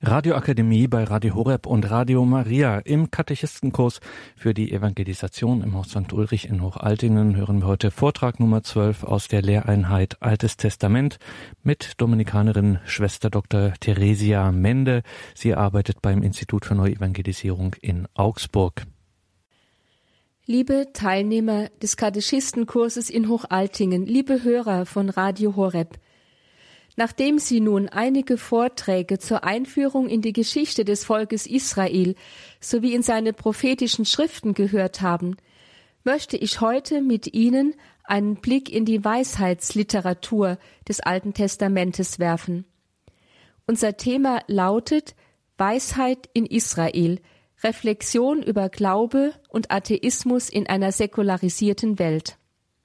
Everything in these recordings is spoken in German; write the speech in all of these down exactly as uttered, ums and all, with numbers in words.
Radioakademie bei Radio Horeb und Radio Maria. Im Katechistenkurs für die Evangelisation im Haus Sankt Ulrich in Hochaltingen hören wir heute Vortrag Nummer zwölf aus der Lehreinheit Altes Testament mit Dominikanerin Schwester Doktor Theresia Mende. Sie arbeitet beim Institut für Neuevangelisierung in Augsburg. Liebe Teilnehmer des Katechistenkurses in Hochaltingen, liebe Hörer von Radio Horeb, nachdem Sie nun einige Vorträge zur Einführung in die Geschichte des Volkes Israel sowie in seine prophetischen Schriften gehört haben, möchte ich heute mit Ihnen einen Blick in die Weisheitsliteratur des Alten Testamentes werfen. Unser Thema lautet Weisheit in Israel, Reflexion über Glaube und Atheismus in einer säkularisierten Welt.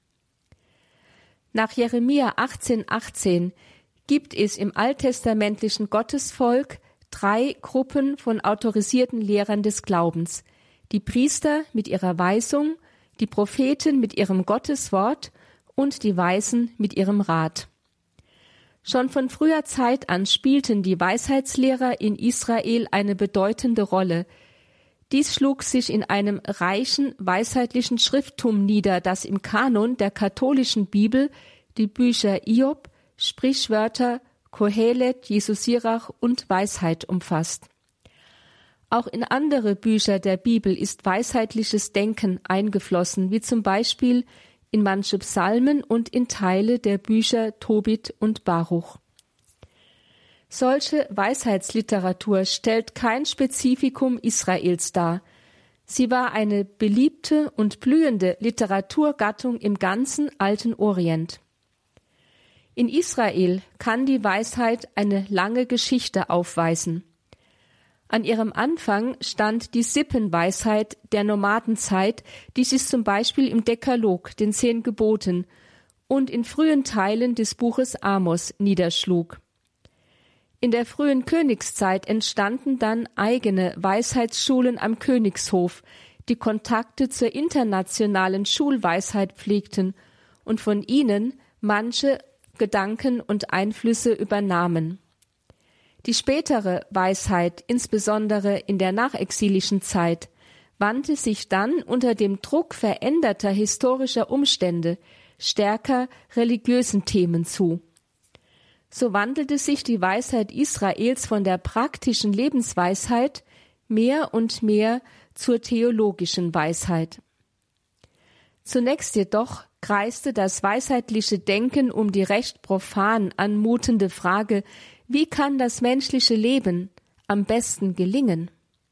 Nach Jeremia achtzehn achtzehn gibt es im alttestamentlichen Gottesvolk drei Gruppen von autorisierten Lehrern des Glaubens: die Priester mit ihrer Weisung, die Propheten mit ihrem Gotteswort und die Weisen mit ihrem Rat. Schon von früher Zeit an spielten die Weisheitslehrer in Israel eine bedeutende Rolle. Dies schlug sich in einem reichen weisheitlichen Schrifttum nieder, das im Kanon der katholischen Bibel die Bücher Hiob, Sprichwörter, Kohelet, Jesus Sirach und Weisheit umfasst. Auch in andere Bücher der Bibel ist weisheitliches Denken eingeflossen, wie zum Beispiel in manche Psalmen und in Teile der Bücher Tobit und Baruch. Solche Weisheitsliteratur stellt kein Spezifikum Israels dar. Sie war eine beliebte und blühende Literaturgattung im ganzen alten Orient. In Israel kann die Weisheit eine lange Geschichte aufweisen. An ihrem Anfang stand die Sippenweisheit der Nomadenzeit, die sich zum Beispiel im Dekalog, den zehn Geboten, und in frühen Teilen des Buches Amos niederschlug. In der frühen Königszeit entstanden dann eigene Weisheitsschulen am Königshof, die Kontakte zur internationalen Schulweisheit pflegten und von ihnen manche Gedanken und Einflüsse übernahmen. Die spätere Weisheit, insbesondere in der nachexilischen Zeit, wandte sich dann unter dem Druck veränderter historischer Umstände stärker religiösen Themen zu. So wandelte sich die Weisheit Israels von der praktischen Lebensweisheit mehr und mehr zur theologischen Weisheit. Zunächst jedoch kreiste das weisheitliche Denken um die recht profan anmutende Frage, wie kann das menschliche Leben am besten gelingen?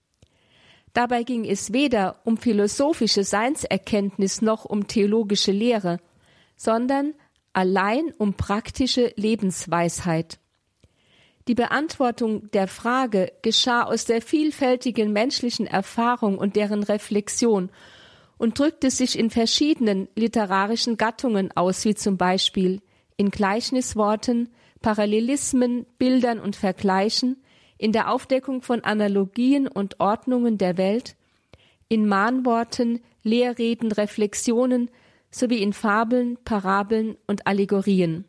Dabei ging es weder um philosophische Seinserkenntnis noch um theologische Lehre, sondern allein um praktische Lebensweisheit. Die Beantwortung der Frage geschah aus der vielfältigen menschlichen Erfahrung und deren Reflexion und drückte sich in verschiedenen literarischen Gattungen aus, wie zum Beispiel in Gleichnisworten, Parallelismen, Bildern und Vergleichen, in der Aufdeckung von Analogien und Ordnungen der Welt, in Mahnworten, Lehrreden, Reflexionen sowie in Fabeln, Parabeln und Allegorien.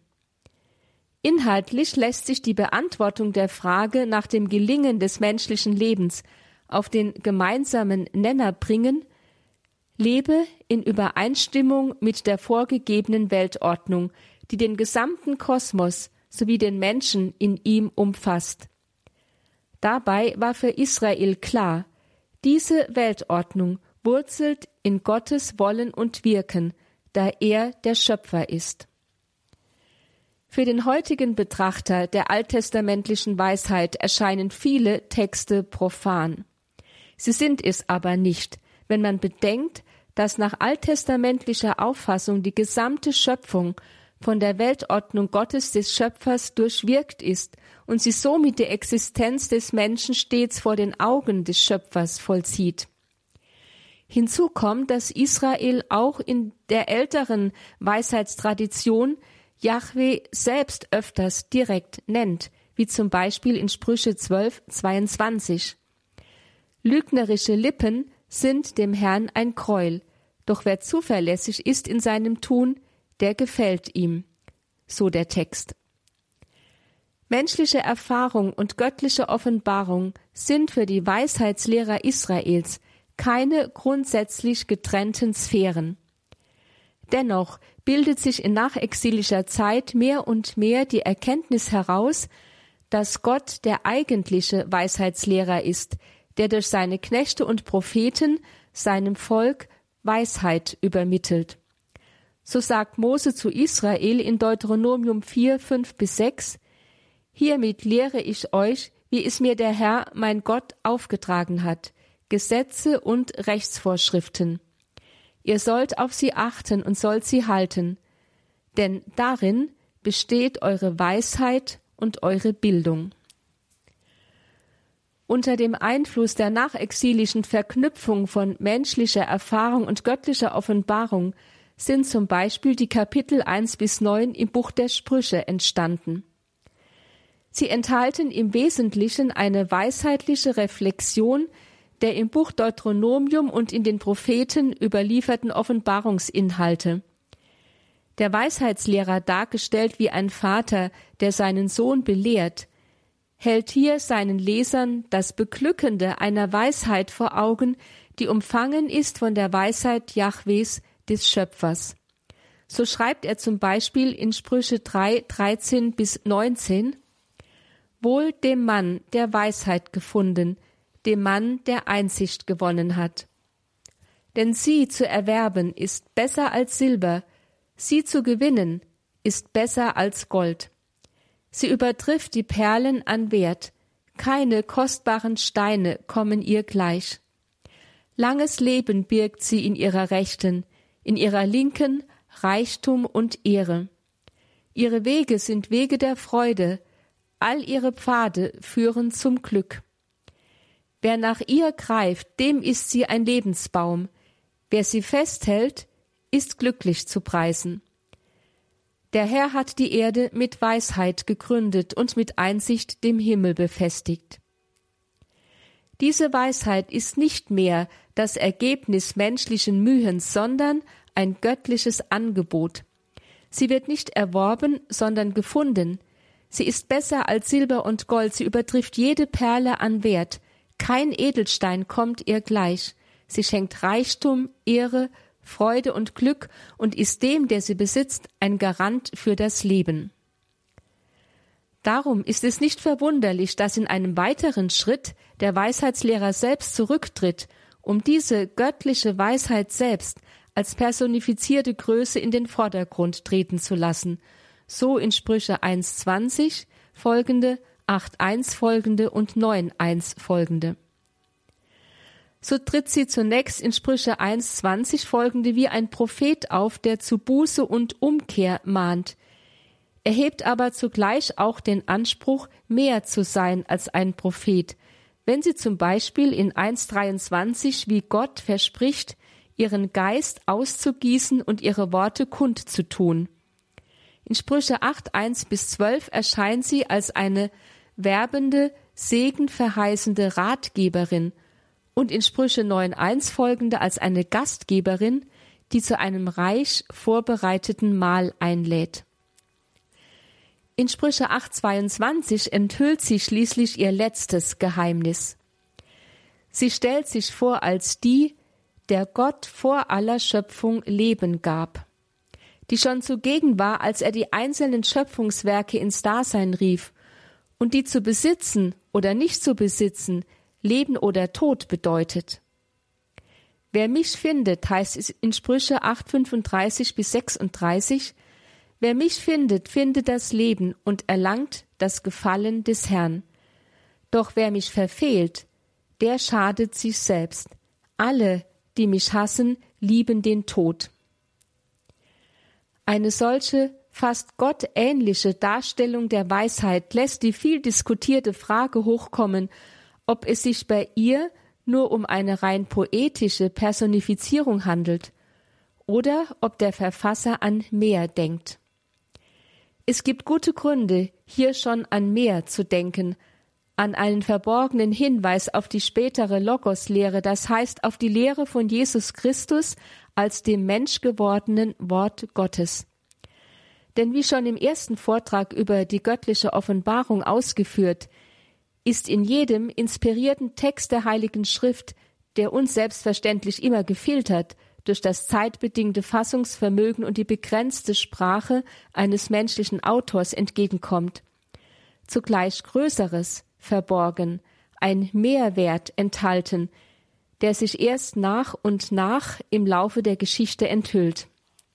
Inhaltlich lässt sich die Beantwortung der Frage nach dem Gelingen des menschlichen Lebens auf den gemeinsamen Nenner bringen: Lebe in Übereinstimmung mit der vorgegebenen Weltordnung, die den gesamten Kosmos sowie den Menschen in ihm umfasst. Dabei war für Israel klar, diese Weltordnung wurzelt in Gottes Wollen und Wirken, da er der Schöpfer ist. Für den heutigen Betrachter der alttestamentlichen Weisheit erscheinen viele Texte profan. Sie sind es aber nicht, wenn man bedenkt, dass nach alttestamentlicher Auffassung die gesamte Schöpfung von der Weltordnung Gottes des Schöpfers durchwirkt ist und sie somit die Existenz des Menschen stets vor den Augen des Schöpfers vollzieht. Hinzu kommt, dass Israel auch in der älteren Weisheitstradition Jahwe selbst öfters direkt nennt, wie zum Beispiel in Sprüche zwölf zweiundzwanzig. Lügnerische Lippen sind dem Herrn ein Gräuel, doch wer zuverlässig ist in seinem Tun, der gefällt ihm. So der Text. Menschliche Erfahrung und göttliche Offenbarung sind für die Weisheitslehrer Israels keine grundsätzlich getrennten Sphären. Dennoch bildet sich in nachexilischer Zeit mehr und mehr die Erkenntnis heraus, dass Gott der eigentliche Weisheitslehrer ist, der durch seine Knechte und Propheten seinem Volk Weisheit übermittelt. So sagt Mose zu Israel in Deuteronomium vier, fünf bis sechs: Hiermit lehre ich euch, wie es mir der Herr, mein Gott, aufgetragen hat, Gesetze und Rechtsvorschriften. Ihr sollt auf sie achten und sollt sie halten, denn darin besteht eure Weisheit und eure Bildung. Unter dem Einfluss der nachexilischen Verknüpfung von menschlicher Erfahrung und göttlicher Offenbarung sind zum Beispiel die Kapitel eins bis neun im Buch der Sprüche entstanden. Sie enthalten im Wesentlichen eine weisheitliche Reflexion der im Buch Deuteronomium und in den Propheten überlieferten Offenbarungsinhalte. Der Weisheitslehrer, dargestellt wie ein Vater, der seinen Sohn belehrt, hält hier seinen Lesern das Beglückende einer Weisheit vor Augen, die umfangen ist von der Weisheit Jahwes, des Schöpfers. So schreibt er zum Beispiel in Sprüche drei, dreizehn bis neunzehn: Wohl dem Mann, der Weisheit gefunden, dem Mann, der Einsicht gewonnen hat. Denn sie zu erwerben ist besser als Silber, sie zu gewinnen ist besser als Gold. Sie übertrifft die Perlen an Wert, keine kostbaren Steine kommen ihr gleich. Langes Leben birgt sie in ihrer Rechten, in ihrer Linken Reichtum und Ehre. Ihre Wege sind Wege der Freude, all ihre Pfade führen zum Glück. Wer nach ihr greift, dem ist sie ein Lebensbaum. Wer sie festhält, ist glücklich zu preisen. Der Herr hat die Erde mit Weisheit gegründet und mit Einsicht dem Himmel befestigt. Diese Weisheit ist nicht mehr das Ergebnis menschlichen Mühens, sondern ein göttliches Angebot. Sie wird nicht erworben, sondern gefunden. Sie ist besser als Silber und Gold, sie übertrifft jede Perle an Wert. Kein Edelstein kommt ihr gleich. Sie schenkt Reichtum, Ehre, Freude und Glück und ist dem, der sie besitzt, ein Garant für das Leben. Darum ist es nicht verwunderlich, dass in einem weiteren Schritt der Weisheitslehrer selbst zurücktritt, um diese göttliche Weisheit selbst als personifizierte Größe in den Vordergrund treten zu lassen, so in Sprüche eins zwanzig folgende, acht eins folgende und neun eins folgende. So tritt sie zunächst in Sprüche eins zwanzig folgende wie ein Prophet auf, der zu Buße und Umkehr mahnt, erhebt aber zugleich auch den Anspruch, mehr zu sein als ein Prophet, wenn sie zum Beispiel in eins dreiundzwanzig wie Gott verspricht, ihren Geist auszugießen und ihre Worte kundzutun. In Sprüche acht eins bis zwölf erscheint sie als eine werbende, segenverheißende Ratgeberin und in Sprüche neun eins folgende als eine Gastgeberin, die zu einem reich vorbereiteten Mahl einlädt. In Sprüche acht zweiundzwanzig enthüllt sie schließlich ihr letztes Geheimnis. Sie stellt sich vor als die, der Gott vor aller Schöpfung Leben gab, die schon zugegen war, als er die einzelnen Schöpfungswerke ins Dasein rief, und die zu besitzen oder nicht zu besitzen, Leben oder Tod bedeutet. Wer mich findet, heißt es in Sprüche acht fünfunddreißig bis sechsunddreißig, wer mich findet, findet das Leben und erlangt das Gefallen des Herrn. Doch wer mich verfehlt, der schadet sich selbst. Alle, die mich hassen, lieben den Tod. Eine solche, fast gottähnliche Darstellung der Weisheit lässt die viel diskutierte Frage hochkommen, ob es sich bei ihr nur um eine rein poetische Personifizierung handelt oder ob der Verfasser an mehr denkt. Es gibt gute Gründe, hier schon an mehr zu denken, an einen verborgenen Hinweis auf die spätere Logos-Lehre, das heißt auf die Lehre von Jesus Christus als dem menschgewordenen Wort Gottes. Denn wie schon im ersten Vortrag über die göttliche Offenbarung ausgeführt, ist in jedem inspirierten Text der Heiligen Schrift, der uns selbstverständlich immer gefiltert durch das zeitbedingte Fassungsvermögen und die begrenzte Sprache eines menschlichen Autors entgegenkommt, zugleich Größeres verborgen, ein Mehrwert enthalten, der sich erst nach und nach im Laufe der Geschichte enthüllt.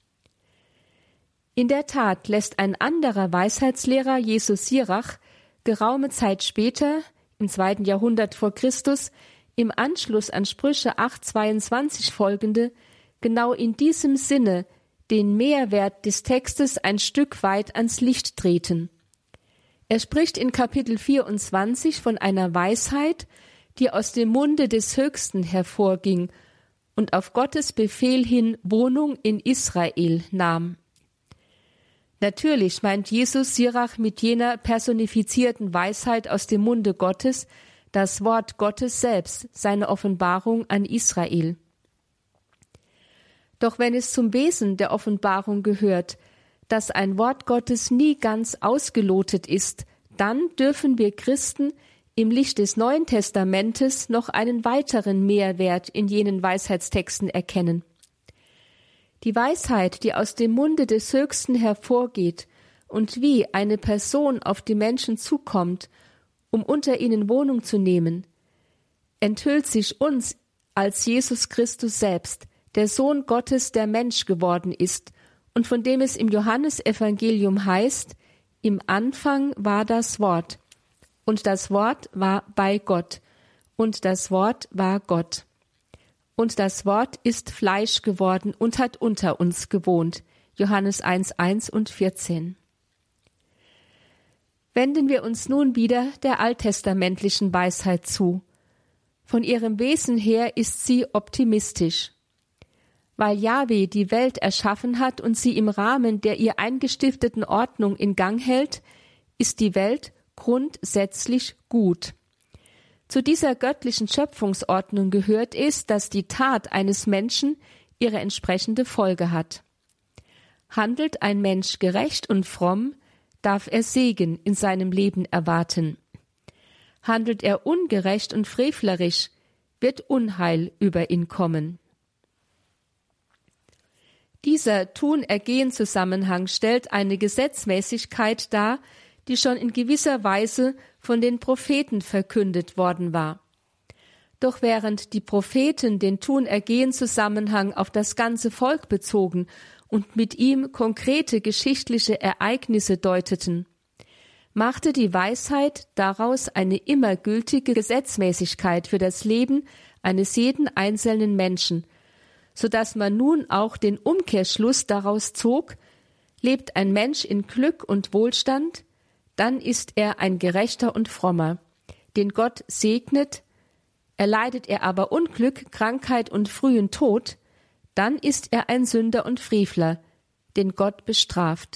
In der Tat lässt ein anderer Weisheitslehrer, Jesus Sirach, geraume Zeit später, im zweiten Jahrhundert vor Christus, im Anschluss an Sprüche acht zweiundzwanzig folgende, genau in diesem Sinne den Mehrwert des Textes ein Stück weit ans Licht treten. Er spricht in Kapitel vierundzwanzig von einer Weisheit, die aus dem Munde des Höchsten hervorging und auf Gottes Befehl hin Wohnung in Israel nahm. Natürlich meint Jesus Sirach mit jener personifizierten Weisheit aus dem Munde Gottes das Wort Gottes selbst, seine Offenbarung an Israel. Doch wenn es zum Wesen der Offenbarung gehört, dass ein Wort Gottes nie ganz ausgelotet ist, dann dürfen wir Christen im Licht des Neuen Testamentes noch einen weiteren Mehrwert in jenen Weisheitstexten erkennen. Die Weisheit, die aus dem Munde des Höchsten hervorgeht und wie eine Person auf die Menschen zukommt, um unter ihnen Wohnung zu nehmen, enthüllt sich uns als Jesus Christus selbst, der Sohn Gottes, der Mensch geworden ist und von dem es im Johannesevangelium heißt, im Anfang war das Wort, und das Wort war bei Gott, und das Wort war Gott. Und das Wort ist Fleisch geworden und hat unter uns gewohnt. Johannes eins, eins und vierzehn. Wenden wir uns nun wieder der alttestamentlichen Weisheit zu. Von ihrem Wesen her ist sie optimistisch. Weil Jahwe die Welt erschaffen hat und sie im Rahmen der ihr eingestifteten Ordnung in Gang hält, ist die Welt grundsätzlich gut. Zu dieser göttlichen Schöpfungsordnung gehört es, dass die Tat eines Menschen ihre entsprechende Folge hat. Handelt ein Mensch gerecht und fromm, darf er Segen in seinem Leben erwarten. Handelt er ungerecht und frevlerisch, wird Unheil über ihn kommen. Dieser Tun-Ergehen-Zusammenhang stellt eine Gesetzmäßigkeit dar, die schon in gewisser Weise von den Propheten verkündet worden war. Doch während die Propheten den Tun-Ergehen-Zusammenhang auf das ganze Volk bezogen und mit ihm konkrete geschichtliche Ereignisse deuteten, machte die Weisheit daraus eine immer gültige Gesetzmäßigkeit für das Leben eines jeden einzelnen Menschen, so dass man nun auch den Umkehrschluss daraus zog: Lebt ein Mensch in Glück und Wohlstand, dann ist er ein Gerechter und Frommer, den Gott segnet. Erleidet er aber Unglück, Krankheit und frühen Tod, dann ist er ein Sünder und Frevler, den Gott bestraft.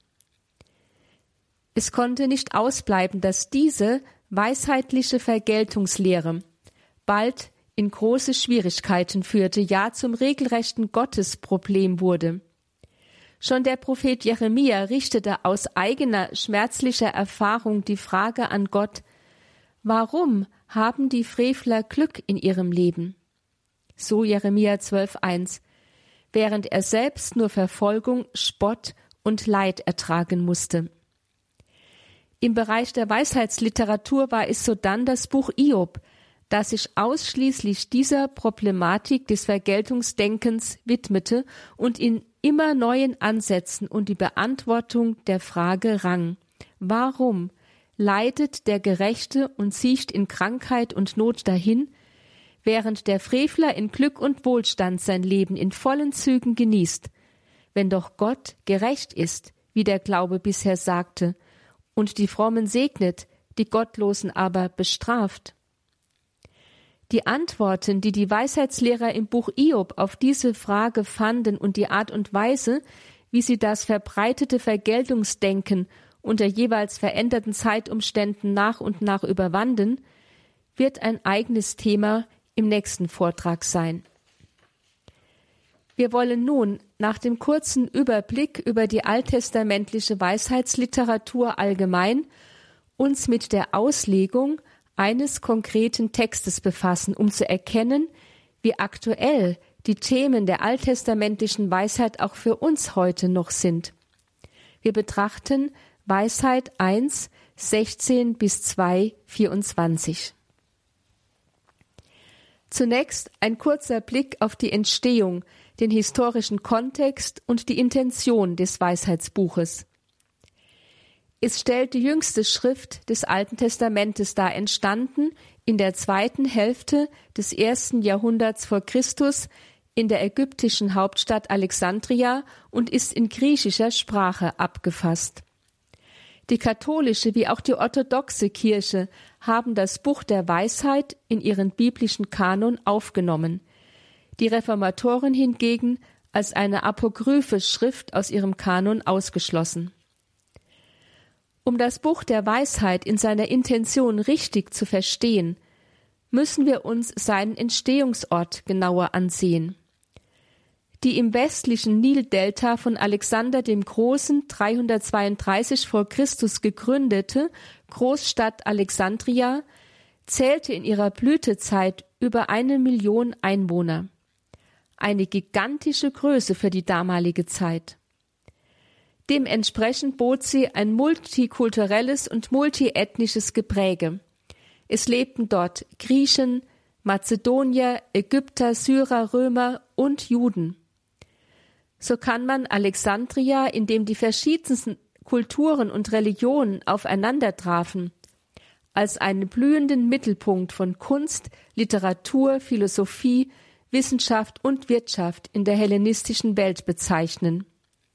Es konnte nicht ausbleiben, dass diese weisheitliche Vergeltungslehre bald in große Schwierigkeiten führte, ja zum regelrechten Gottesproblem wurde. Schon der Prophet Jeremia richtete aus eigener schmerzlicher Erfahrung die Frage an Gott: Warum haben die Frevler Glück in ihrem Leben? So Jeremia zwölf, eins, während er selbst nur Verfolgung, Spott und Leid ertragen musste. Im Bereich der Weisheitsliteratur war es sodann das Buch Hiob, das sich ausschließlich dieser Problematik des Vergeltungsdenkens widmete und in immer neuen Ansätzen und die Beantwortung der Frage rang: Warum leidet der Gerechte und siecht in Krankheit und Not dahin, während der Frevler in Glück und Wohlstand sein Leben in vollen Zügen genießt, wenn doch Gott gerecht ist, wie der Glaube bisher sagte, und die Frommen segnet, die Gottlosen aber bestraft? Die Antworten, die die Weisheitslehrer im Buch Hiob auf diese Frage fanden und die Art und Weise, wie sie das verbreitete Vergeltungsdenken unter jeweils veränderten Zeitumständen nach und nach überwanden, wird ein eigenes Thema im nächsten Vortrag sein. Wir wollen nun nach dem kurzen Überblick über die alttestamentliche Weisheitsliteratur allgemein uns mit der Auslegung eines konkreten Textes befassen, um zu erkennen, wie aktuell die Themen der alttestamentlichen Weisheit auch für uns heute noch sind. Wir betrachten Weisheit eins, sechzehn bis zwei, vierundzwanzig. Zunächst ein kurzer Blick auf die Entstehung, den historischen Kontext und die Intention des Weisheitsbuches. Es stellt die jüngste Schrift des Alten Testamentes dar, entstanden in der zweiten Hälfte des ersten Jahrhunderts vor Christus in der ägyptischen Hauptstadt Alexandria und ist in griechischer Sprache abgefasst. Die katholische wie auch die orthodoxe Kirche haben das Buch der Weisheit in ihren biblischen Kanon aufgenommen, die Reformatoren hingegen als eine apokryphe Schrift aus ihrem Kanon ausgeschlossen. Um das Buch der Weisheit in seiner Intention richtig zu verstehen, müssen wir uns seinen Entstehungsort genauer ansehen. Die im westlichen Nildelta von Alexander dem Großen dreihundertzweiunddreißig vor Christus gegründete Großstadt Alexandria zählte in ihrer Blütezeit über eine Million Einwohner. Eine gigantische Größe für die damalige Zeit. Dementsprechend bot sie ein multikulturelles und multiethnisches Gepräge. Es lebten dort Griechen, Mazedonier, Ägypter, Syrer, Römer und Juden. So kann man Alexandria, in dem die verschiedensten Kulturen und Religionen aufeinandertrafen, als einen blühenden Mittelpunkt von Kunst, Literatur, Philosophie, Wissenschaft und Wirtschaft in der hellenistischen Welt bezeichnen.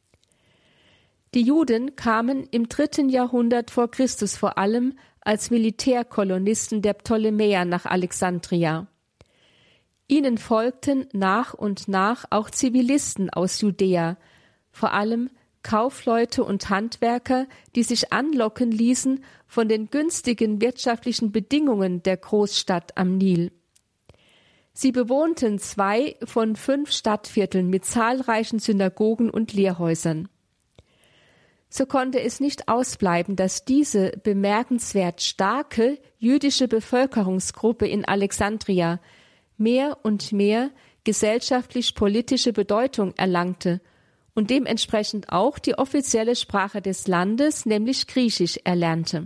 Die Juden kamen im dritten Jahrhundert vor Christus vor allem als Militärkolonisten der Ptolemäer nach Alexandria. Ihnen folgten nach und nach auch Zivilisten aus Judäa, vor allem Kaufleute und Handwerker, die sich anlocken ließen von den günstigen wirtschaftlichen Bedingungen der Großstadt am Nil. Sie bewohnten zwei von fünf Stadtvierteln mit zahlreichen Synagogen und Lehrhäusern. So konnte es nicht ausbleiben, dass diese bemerkenswert starke jüdische Bevölkerungsgruppe in Alexandria mehr und mehr gesellschaftlich-politische Bedeutung erlangte und dementsprechend auch die offizielle Sprache des Landes, nämlich Griechisch, erlernte.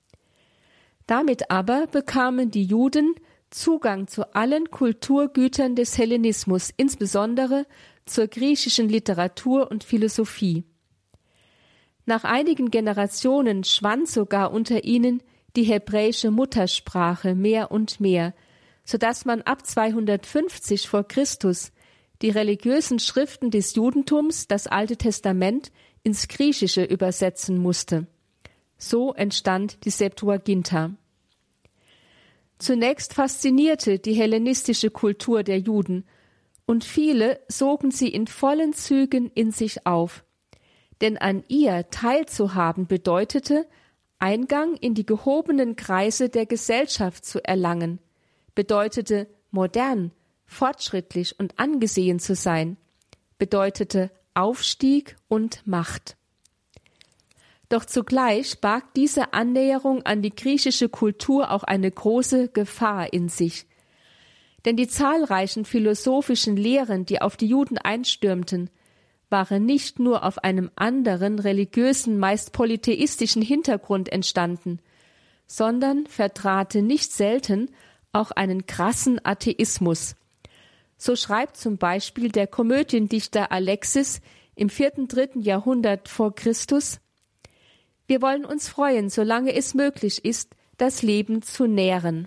Damit aber bekamen die Juden Zugang zu allen Kulturgütern des Hellenismus, insbesondere zur griechischen Literatur und Philosophie. Nach einigen Generationen schwand sogar unter ihnen die hebräische Muttersprache mehr und mehr, so dass man ab zweihundertfünfzig vor Christus die religiösen Schriften des Judentums, das Alte Testament, ins Griechische übersetzen musste. So entstand die Septuaginta. Zunächst faszinierte die hellenistische Kultur der Juden, und viele sogen sie in vollen Zügen in sich auf. Denn an ihr teilzuhaben bedeutete, Eingang in die gehobenen Kreise der Gesellschaft zu erlangen, bedeutete modern, fortschrittlich und angesehen zu sein, bedeutete Aufstieg und Macht. Doch zugleich barg diese Annäherung an die griechische Kultur auch eine große Gefahr in sich. Denn die zahlreichen philosophischen Lehren, die auf die Juden einstürmten, waren nicht nur auf einem anderen, religiösen, meist polytheistischen Hintergrund entstanden, sondern vertraten nicht selten auch einen krassen Atheismus. So schreibt zum Beispiel der Komödiendichter Alexis im vierten, dritten Jahrhundert vor Christus: Wir wollen uns freuen, solange es möglich ist, das Leben zu nähren.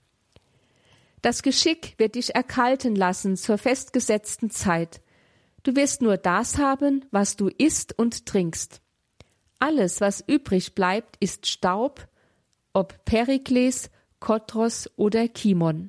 Das Geschick wird dich erkalten lassen zur festgesetzten Zeit. Du wirst nur das haben, was du isst und trinkst. Alles, was übrig bleibt, ist Staub, ob Perikles, Kotros oder Kimon.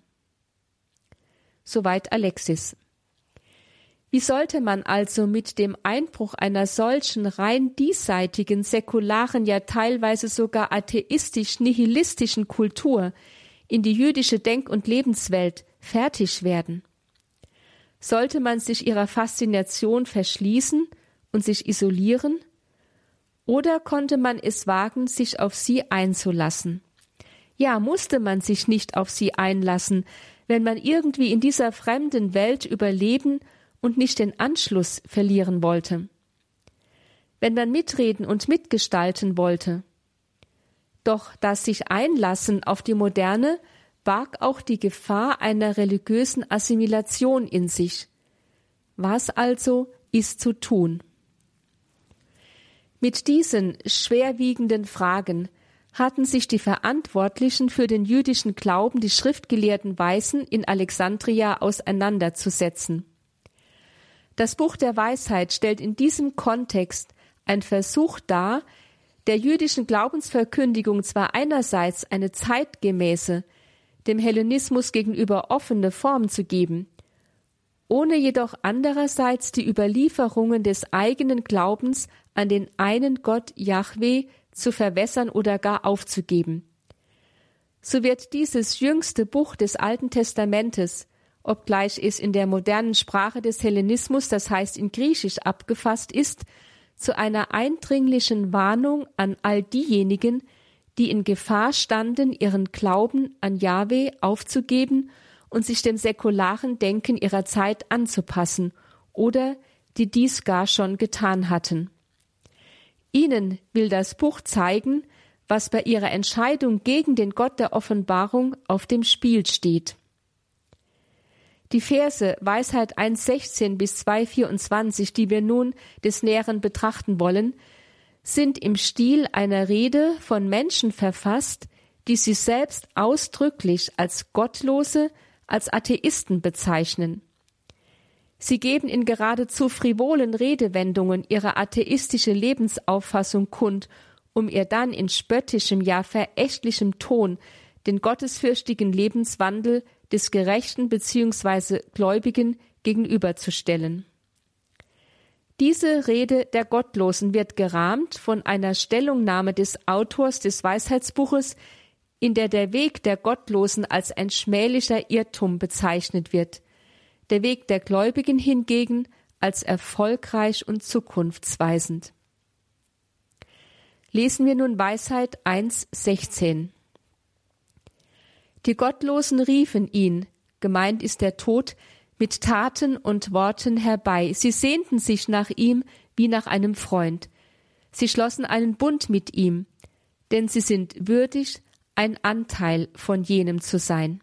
Soweit Alexis. Wie sollte man also mit dem Einbruch einer solchen rein diesseitigen, säkularen, ja teilweise sogar atheistisch-nihilistischen Kultur in die jüdische Denk- und Lebenswelt fertig werden? Sollte man sich ihrer Faszination verschließen und sich isolieren? Oder konnte man es wagen, sich auf sie einzulassen? Ja, musste man sich nicht auf sie einlassen, wenn man irgendwie in dieser fremden Welt überleben und nicht den Anschluss verlieren wollte. Wenn man mitreden und mitgestalten wollte. Doch das sich Einlassen auf die Moderne barg auch die Gefahr einer religiösen Assimilation in sich. Was also ist zu tun? Mit diesen schwerwiegenden Fragen hatten sich die Verantwortlichen für den jüdischen Glauben, die schriftgelehrten Weisen in Alexandria, auseinanderzusetzen. Das Buch der Weisheit stellt in diesem Kontext ein Versuch dar, der jüdischen Glaubensverkündigung zwar einerseits eine zeitgemäße, dem Hellenismus gegenüber offene Form zu geben, ohne jedoch andererseits die Überlieferungen des eigenen Glaubens an den einen Gott Jahwe zu verwässern oder gar aufzugeben. So wird dieses jüngste Buch des Alten Testamentes, obgleich es in der modernen Sprache des Hellenismus, das heißt in Griechisch, abgefasst ist, zu einer eindringlichen Warnung an all diejenigen, die in Gefahr standen, ihren Glauben an Jahwe aufzugeben und sich dem säkularen Denken ihrer Zeit anzupassen oder die dies gar schon getan hatten. Ihnen will das Buch zeigen, was bei ihrer Entscheidung gegen den Gott der Offenbarung auf dem Spiel steht. Die Verse Weisheit eins sechzehn bis zwei vierundzwanzig, die wir nun des Näheren betrachten wollen, sind im Stil einer Rede von Menschen verfasst, die sie selbst ausdrücklich als Gottlose, als Atheisten bezeichnen. Sie geben in geradezu frivolen Redewendungen ihre atheistische Lebensauffassung kund, um ihr dann in spöttischem, ja verächtlichem Ton den gottesfürchtigen Lebenswandel des Gerechten bzw. Gläubigen gegenüberzustellen. Diese Rede der Gottlosen wird gerahmt von einer Stellungnahme des Autors des Weisheitsbuches, in der der Weg der Gottlosen als ein schmählicher Irrtum bezeichnet wird, der Weg der Gläubigen hingegen als erfolgreich und zukunftsweisend. Lesen wir nun Weisheit eins sechzehn. Die Gottlosen riefen ihn, gemeint ist der Tod, mit Taten und Worten herbei. Sie sehnten sich nach ihm wie nach einem Freund. Sie schlossen einen Bund mit ihm, denn sie sind würdig, ein Anteil von jenem zu sein.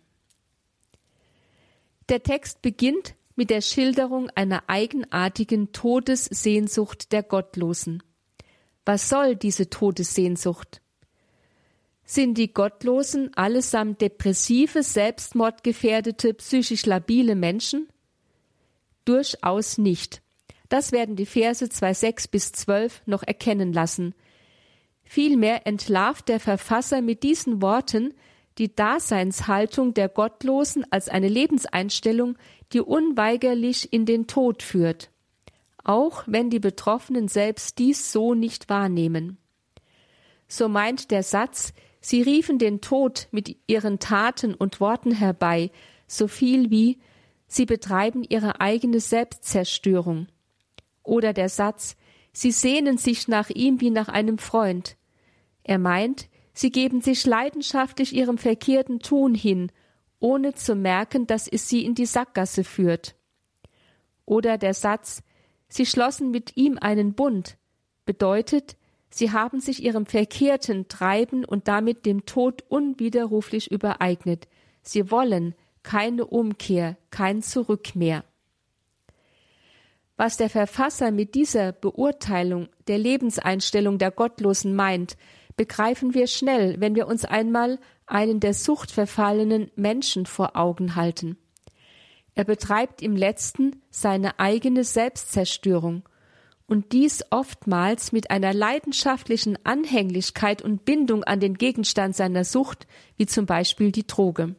Der Text beginnt mit der Schilderung einer eigenartigen Todessehnsucht der Gottlosen. Was soll diese Todessehnsucht? Sind die Gottlosen allesamt depressive, selbstmordgefährdete, psychisch labile Menschen? Durchaus nicht. Das werden die Verse zwei sechs bis zwölf noch erkennen lassen. Vielmehr entlarvt der Verfasser mit diesen Worten die Daseinshaltung der Gottlosen als eine Lebenseinstellung, die unweigerlich in den Tod führt, auch wenn die Betroffenen selbst dies so nicht wahrnehmen. So meint der Satz, sie riefen den Tod mit ihren Taten und Worten herbei, so viel wie, sie betreiben ihre eigene Selbstzerstörung. Oder der Satz, sie sehnen sich nach ihm wie nach einem Freund. Er meint, sie geben sich leidenschaftlich ihrem verkehrten Tun hin, ohne zu merken, dass es sie in die Sackgasse führt. Oder der Satz, sie schlossen mit ihm einen Bund, bedeutet, sie haben sich ihrem verkehrten Treiben und damit dem Tod unwiderruflich übereignet. Sie wollen keine Umkehr, kein Zurück mehr. Was der Verfasser mit dieser Beurteilung der Lebenseinstellung der Gottlosen meint, begreifen wir schnell, wenn wir uns einmal einen der Sucht verfallenen Menschen vor Augen halten. Er betreibt im Letzten seine eigene Selbstzerstörung und dies oftmals mit einer leidenschaftlichen Anhänglichkeit und Bindung an den Gegenstand seiner Sucht, wie zum Beispiel die Droge.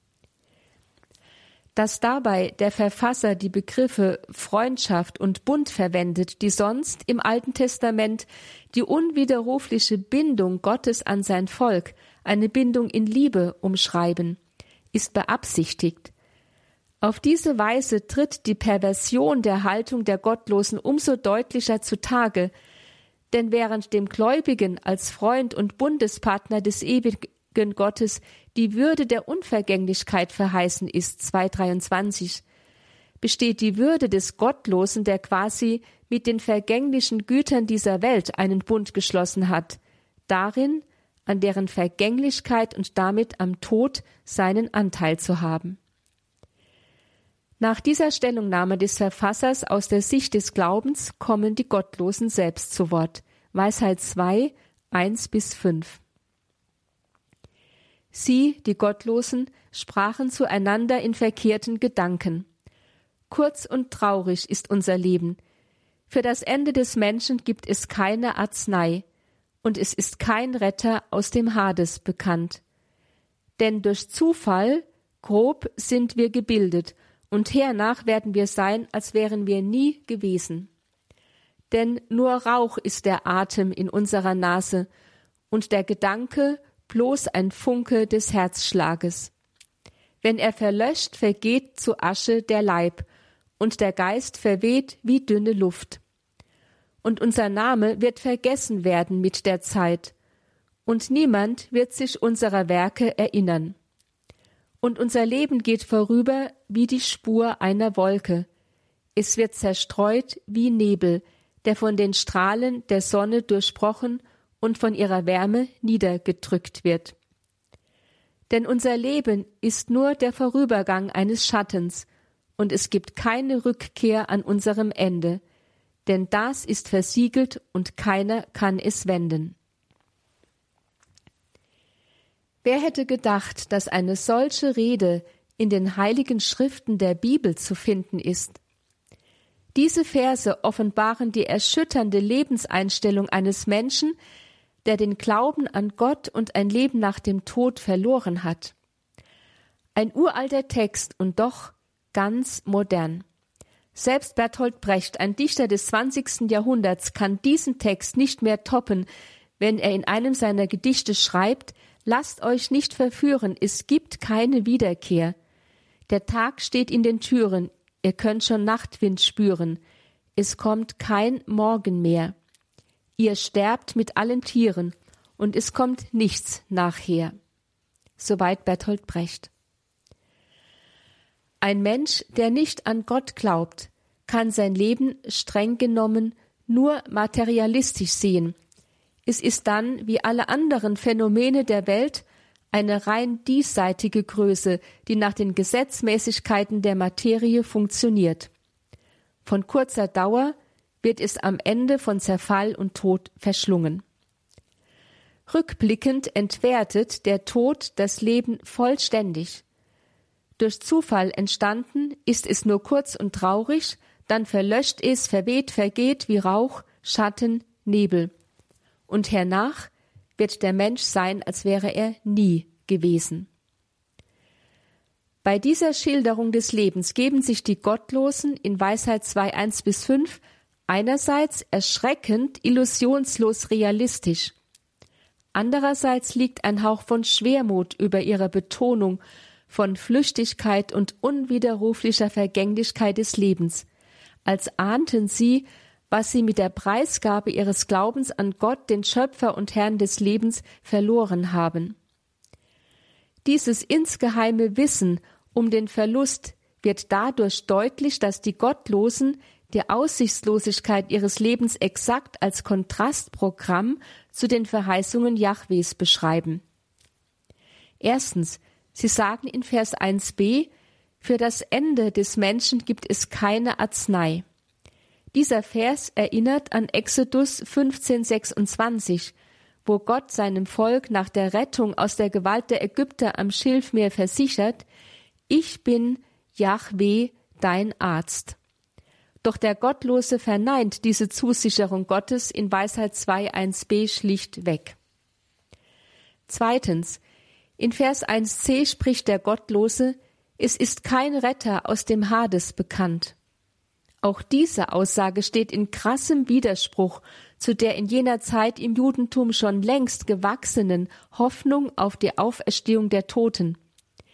Dass dabei der Verfasser die Begriffe Freundschaft und Bund verwendet, die sonst im Alten Testament die unwiderrufliche Bindung Gottes an sein Volk, eine Bindung in Liebe, umschreiben, ist beabsichtigt. Auf diese Weise tritt die Perversion der Haltung der Gottlosen umso deutlicher zutage, denn während dem Gläubigen als Freund und Bundespartner des ewigen Gottes die Würde der Unvergänglichkeit verheißen ist, zwei dreiundzwanzig, besteht die Würde des Gottlosen, der quasi mit den vergänglichen Gütern dieser Welt einen Bund geschlossen hat, darin, an deren Vergänglichkeit und damit am Tod seinen Anteil zu haben. Nach dieser Stellungnahme des Verfassers aus der Sicht des Glaubens kommen die Gottlosen selbst zu Wort. Weisheit zwei, eins bis fünf. Sie, die Gottlosen, sprachen zueinander in verkehrten Gedanken. Kurz und traurig ist unser Leben. Für das Ende des Menschen gibt es keine Arznei, und es ist kein Retter aus dem Hades bekannt. Denn durch Zufall, grob, sind wir gebildet, und hernach werden wir sein, als wären wir nie gewesen. Denn nur Rauch ist der Atem in unserer Nase, und der Gedanke bloß ein Funke des Herzschlages. Wenn er verlöscht, vergeht zu Asche der Leib, und der Geist verweht wie dünne Luft. Und unser Name wird vergessen werden mit der Zeit, und niemand wird sich unserer Werke erinnern. Und unser Leben geht vorüber wie die Spur einer Wolke. Es wird zerstreut wie Nebel, der von den Strahlen der Sonne durchbrochen und von ihrer Wärme niedergedrückt wird. Denn unser Leben ist nur der Vorübergang eines Schattens, und es gibt keine Rückkehr an unserem Ende, denn das ist versiegelt und keiner kann es wenden. Wer hätte gedacht, dass eine solche Rede in den heiligen Schriften der Bibel zu finden ist? Diese Verse offenbaren die erschütternde Lebenseinstellung eines Menschen, der den Glauben an Gott und ein Leben nach dem Tod verloren hat. Ein uralter Text und doch ganz modern. Selbst Bertolt Brecht, ein Dichter des zwanzigsten Jahrhunderts, kann diesen Text nicht mehr toppen, wenn er in einem seiner Gedichte schreibt: Lasst euch nicht verführen, es gibt keine Wiederkehr. Der Tag steht in den Türen, ihr könnt schon Nachtwind spüren. Es kommt kein Morgen mehr. Ihr sterbt mit allen Tieren und es kommt nichts nachher. Soweit Bertolt Brecht. Ein Mensch, der nicht an Gott glaubt, kann sein Leben streng genommen nur materialistisch sehen. Es ist dann, wie alle anderen Phänomene der Welt, eine rein diesseitige Größe, die nach den Gesetzmäßigkeiten der Materie funktioniert. Von kurzer Dauer wird es am Ende von Zerfall und Tod verschlungen. Rückblickend entwertet der Tod das Leben vollständig. Durch Zufall entstanden ist es nur kurz und traurig, dann verlöscht es, verweht, vergeht wie Rauch, Schatten, Nebel. Und hernach wird der Mensch sein, als wäre er nie gewesen. Bei dieser Schilderung des Lebens geben sich die Gottlosen in Weisheit zwei, eins bis fünf einerseits erschreckend, illusionslos realistisch. Andererseits liegt ein Hauch von Schwermut über ihrer Betonung von Flüchtigkeit und unwiderruflicher Vergänglichkeit des Lebens, als ahnten sie, was sie mit der Preisgabe ihres Glaubens an Gott, den Schöpfer und Herrn des Lebens, verloren haben. Dieses insgeheime Wissen um den Verlust wird dadurch deutlich, dass die Gottlosen die Aussichtslosigkeit ihres Lebens exakt als Kontrastprogramm zu den Verheißungen Jahwes beschreiben. Erstens, sie sagen in Vers eins b, für das Ende des Menschen gibt es keine Arznei. Dieser Vers erinnert an Exodus fünfzehn sechsundzwanzig, wo Gott seinem Volk nach der Rettung aus der Gewalt der Ägypter am Schilfmeer versichert: Ich bin Jahwe, dein Arzt. Doch der Gottlose verneint diese Zusicherung Gottes in Weisheit zwei eins b schlichtweg. Zweitens, in Vers eins c spricht der Gottlose: Es ist kein Retter aus dem Hades bekannt. Auch diese Aussage steht in krassem Widerspruch zu der in jener Zeit im Judentum schon längst gewachsenen Hoffnung auf die Auferstehung der Toten.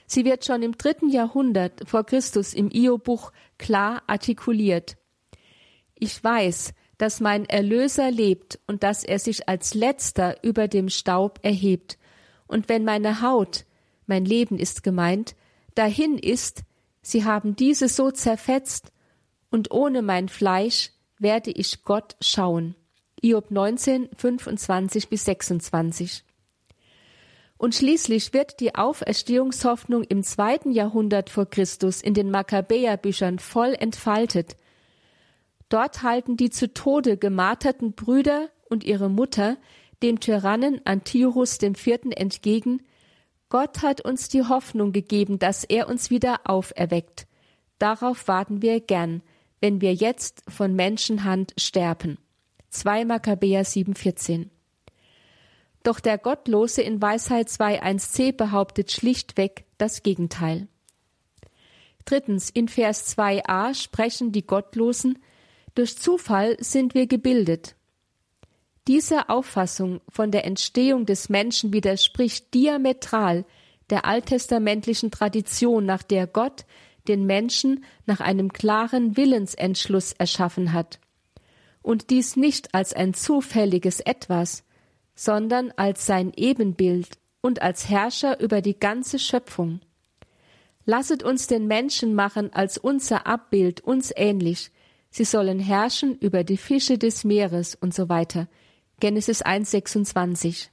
Sie wird schon im dritten Jahrhundert vor Christus im Hiob-Buch klar artikuliert. Ich weiß, dass mein Erlöser lebt und dass er sich als Letzter über dem Staub erhebt. Und wenn meine Haut, mein Leben ist gemeint, dahin ist, sie haben diese so zerfetzt, und ohne mein Fleisch werde ich Gott schauen. Hiob neunzehn, fünfundzwanzig bis sechsundzwanzig. Und schließlich wird die Auferstehungshoffnung im zweiten Jahrhundert vor Christus in den Makkabäerbüchern voll entfaltet. Dort halten die zu Tode gemarterten Brüder und ihre Mutter dem Tyrannen Antiochus dem Vierten entgegen: Gott hat uns die Hoffnung gegeben, dass er uns wieder auferweckt. Darauf warten wir gern, wenn wir jetzt von Menschenhand sterben. zwei Makkabäer sieben, vierzehn. Doch der Gottlose in Weisheit zwei eins c behauptet schlichtweg das Gegenteil. Drittens, in Vers zwei a sprechen die Gottlosen: Durch Zufall sind wir gebildet. Diese Auffassung von der Entstehung des Menschen widerspricht diametral der alttestamentlichen Tradition, nach der Gott den Menschen nach einem klaren Willensentschluss erschaffen hat. Und dies nicht als ein zufälliges Etwas, sondern als sein Ebenbild und als Herrscher über die ganze Schöpfung. Lasset uns den Menschen machen als unser Abbild, uns ähnlich. Sie sollen herrschen über die Fische des Meeres und so weiter. Genesis eins, sechsundzwanzig.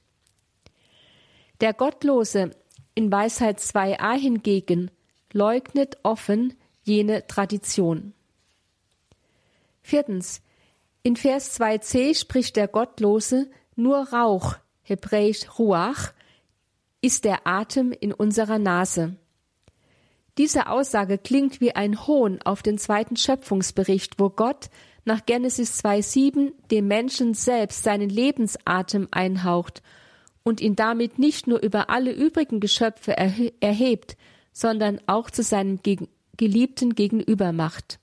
Der Gottlose in Weisheit zwei a hingegen leugnet offen jene Tradition. Viertens. In Vers zwei c spricht der Gottlose: Nur Rauch, hebräisch Ruach, ist der Atem in unserer Nase. Diese Aussage klingt wie ein Hohn auf den zweiten Schöpfungsbericht, wo Gott nach Genesis zwei sieben dem Menschen selbst seinen Lebensatem einhaucht und ihn damit nicht nur über alle übrigen Geschöpfe erhe- erhebt, sondern auch zu seinem Geg- Geliebten gegenüber macht.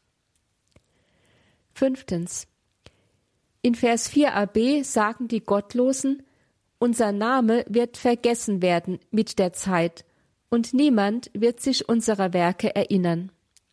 Fünftens. In Vers vier a b sagen die Gottlosen: Unser Name wird vergessen werden mit der Zeit, und niemand wird sich unserer Werke erinnern.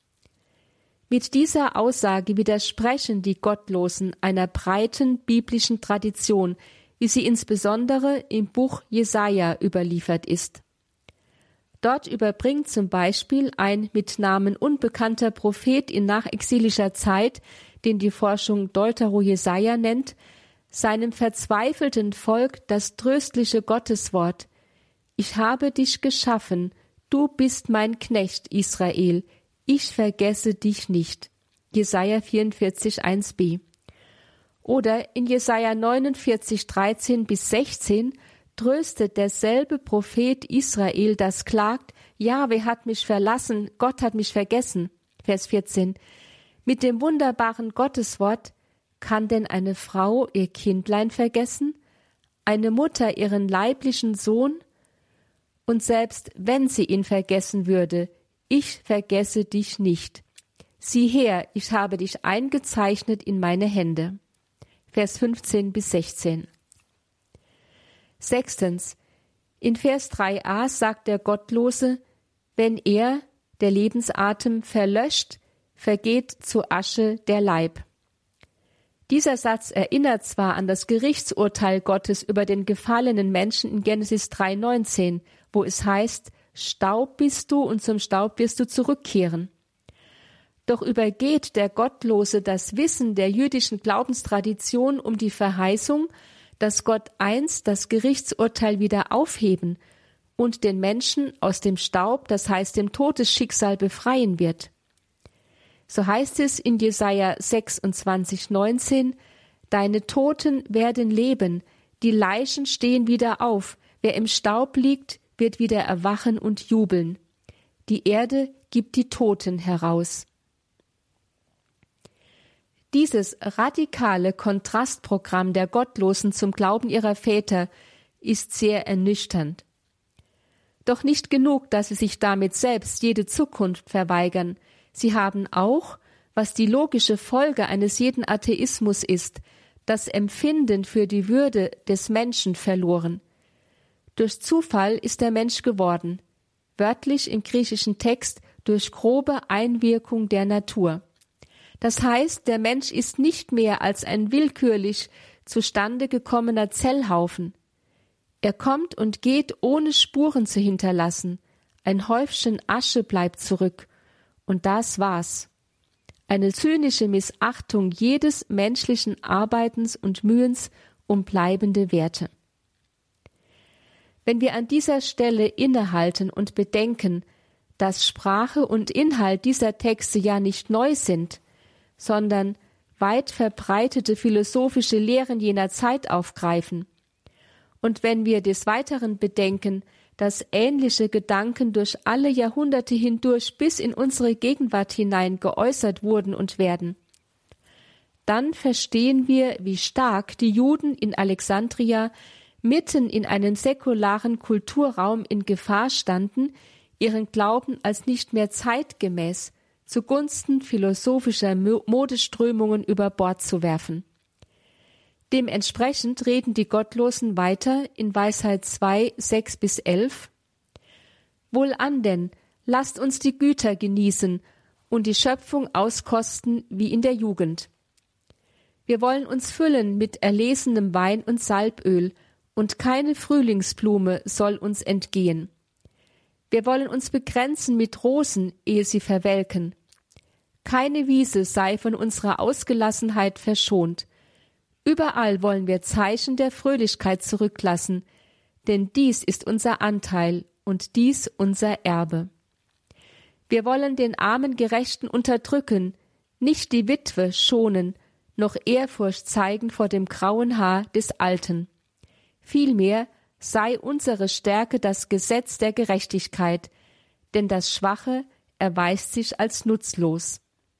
Mit dieser Aussage widersprechen die Gottlosen einer breiten biblischen Tradition, wie sie insbesondere im Buch Jesaja überliefert ist. Dort überbringt zum Beispiel ein mit Namen unbekannter Prophet in nachexilischer Zeit, den die Forschung Deutero-Jesaja nennt, seinem verzweifelten Volk das tröstliche Gotteswort: Ich habe dich geschaffen, du bist mein Knecht Israel, ich vergesse dich nicht. Jesaja vierundvierzig, eins b. Oder in Jesaja neunundvierzig, dreizehn bis sechzehn tröstet derselbe Prophet Israel, das klagt: Jahwe hat mich verlassen, Gott hat mich vergessen. Vers vierzehn. Mit dem wunderbaren Gotteswort: Kann denn eine Frau ihr Kindlein vergessen? Eine Mutter ihren leiblichen Sohn? Und selbst wenn sie ihn vergessen würde, ich vergesse dich nicht. Sieh her, ich habe dich eingezeichnet in meine Hände. Vers fünfzehn bis sechzehn. Sechstens. In Vers drei a sagt der Gottlose: Wenn er, der Lebensatem, verlöscht, vergeht zu Asche der Leib. Dieser Satz erinnert zwar an das Gerichtsurteil Gottes über den gefallenen Menschen in Genesis drei neunzehn, wo es heißt: Staub bist du und zum Staub wirst du zurückkehren. Doch übergeht der Gottlose das Wissen der jüdischen Glaubenstradition um die Verheißung, dass Gott einst das Gerichtsurteil wieder aufheben und den Menschen aus dem Staub, das heißt dem Todesschicksal, befreien wird. So heißt es in Jesaja sechsundzwanzig, neunzehn: Deine Toten werden leben, die Leichen stehen wieder auf, wer im Staub liegt, wird wieder erwachen und jubeln. Die Erde gibt die Toten heraus. Dieses radikale Kontrastprogramm der Gottlosen zum Glauben ihrer Väter ist sehr ernüchternd. Doch nicht genug, dass sie sich damit selbst jede Zukunft verweigern. Sie haben auch, was die logische Folge eines jeden Atheismus ist, das Empfinden für die Würde des Menschen verloren. Durch Zufall ist der Mensch geworden, wörtlich im griechischen Text durch grobe Einwirkung der Natur. Das heißt, der Mensch ist nicht mehr als ein willkürlich zustande gekommener Zellhaufen. Er kommt und geht, ohne Spuren zu hinterlassen. Ein Häufchen Asche bleibt zurück. Und das war's. Eine zynische Missachtung jedes menschlichen Arbeitens und Mühens um bleibende Werte. Wenn wir an dieser Stelle innehalten und bedenken, dass Sprache und Inhalt dieser Texte ja nicht neu sind, sondern weit verbreitete philosophische Lehren jener Zeit aufgreifen, und wenn wir des Weiteren bedenken, dass ähnliche Gedanken durch alle Jahrhunderte hindurch bis in unsere Gegenwart hinein geäußert wurden und werden, dann verstehen wir, wie stark die Juden in Alexandria mitten in einem säkularen Kulturraum in Gefahr standen, ihren Glauben als nicht mehr zeitgemäß zugunsten philosophischer Modeströmungen über Bord zu werfen. Dementsprechend reden die Gottlosen weiter in Weisheit zwei, sechs bis elf. Wohlan denn, lasst uns die Güter genießen und die Schöpfung auskosten wie in der Jugend. Wir wollen uns füllen mit erlesenem Wein und Salböl, und keine Frühlingsblume soll uns entgehen. Wir wollen uns begrenzen mit Rosen, ehe sie verwelken. Keine Wiese sei von unserer Ausgelassenheit verschont. Überall wollen wir Zeichen der Fröhlichkeit zurücklassen, denn dies ist unser Anteil und dies unser Erbe. Wir wollen den armen Gerechten unterdrücken, nicht die Witwe schonen, noch Ehrfurcht zeigen vor dem grauen Haar des Alten. Vielmehr sei unsere Stärke das Gesetz der Gerechtigkeit, denn das Schwache erweist sich als nutzlos.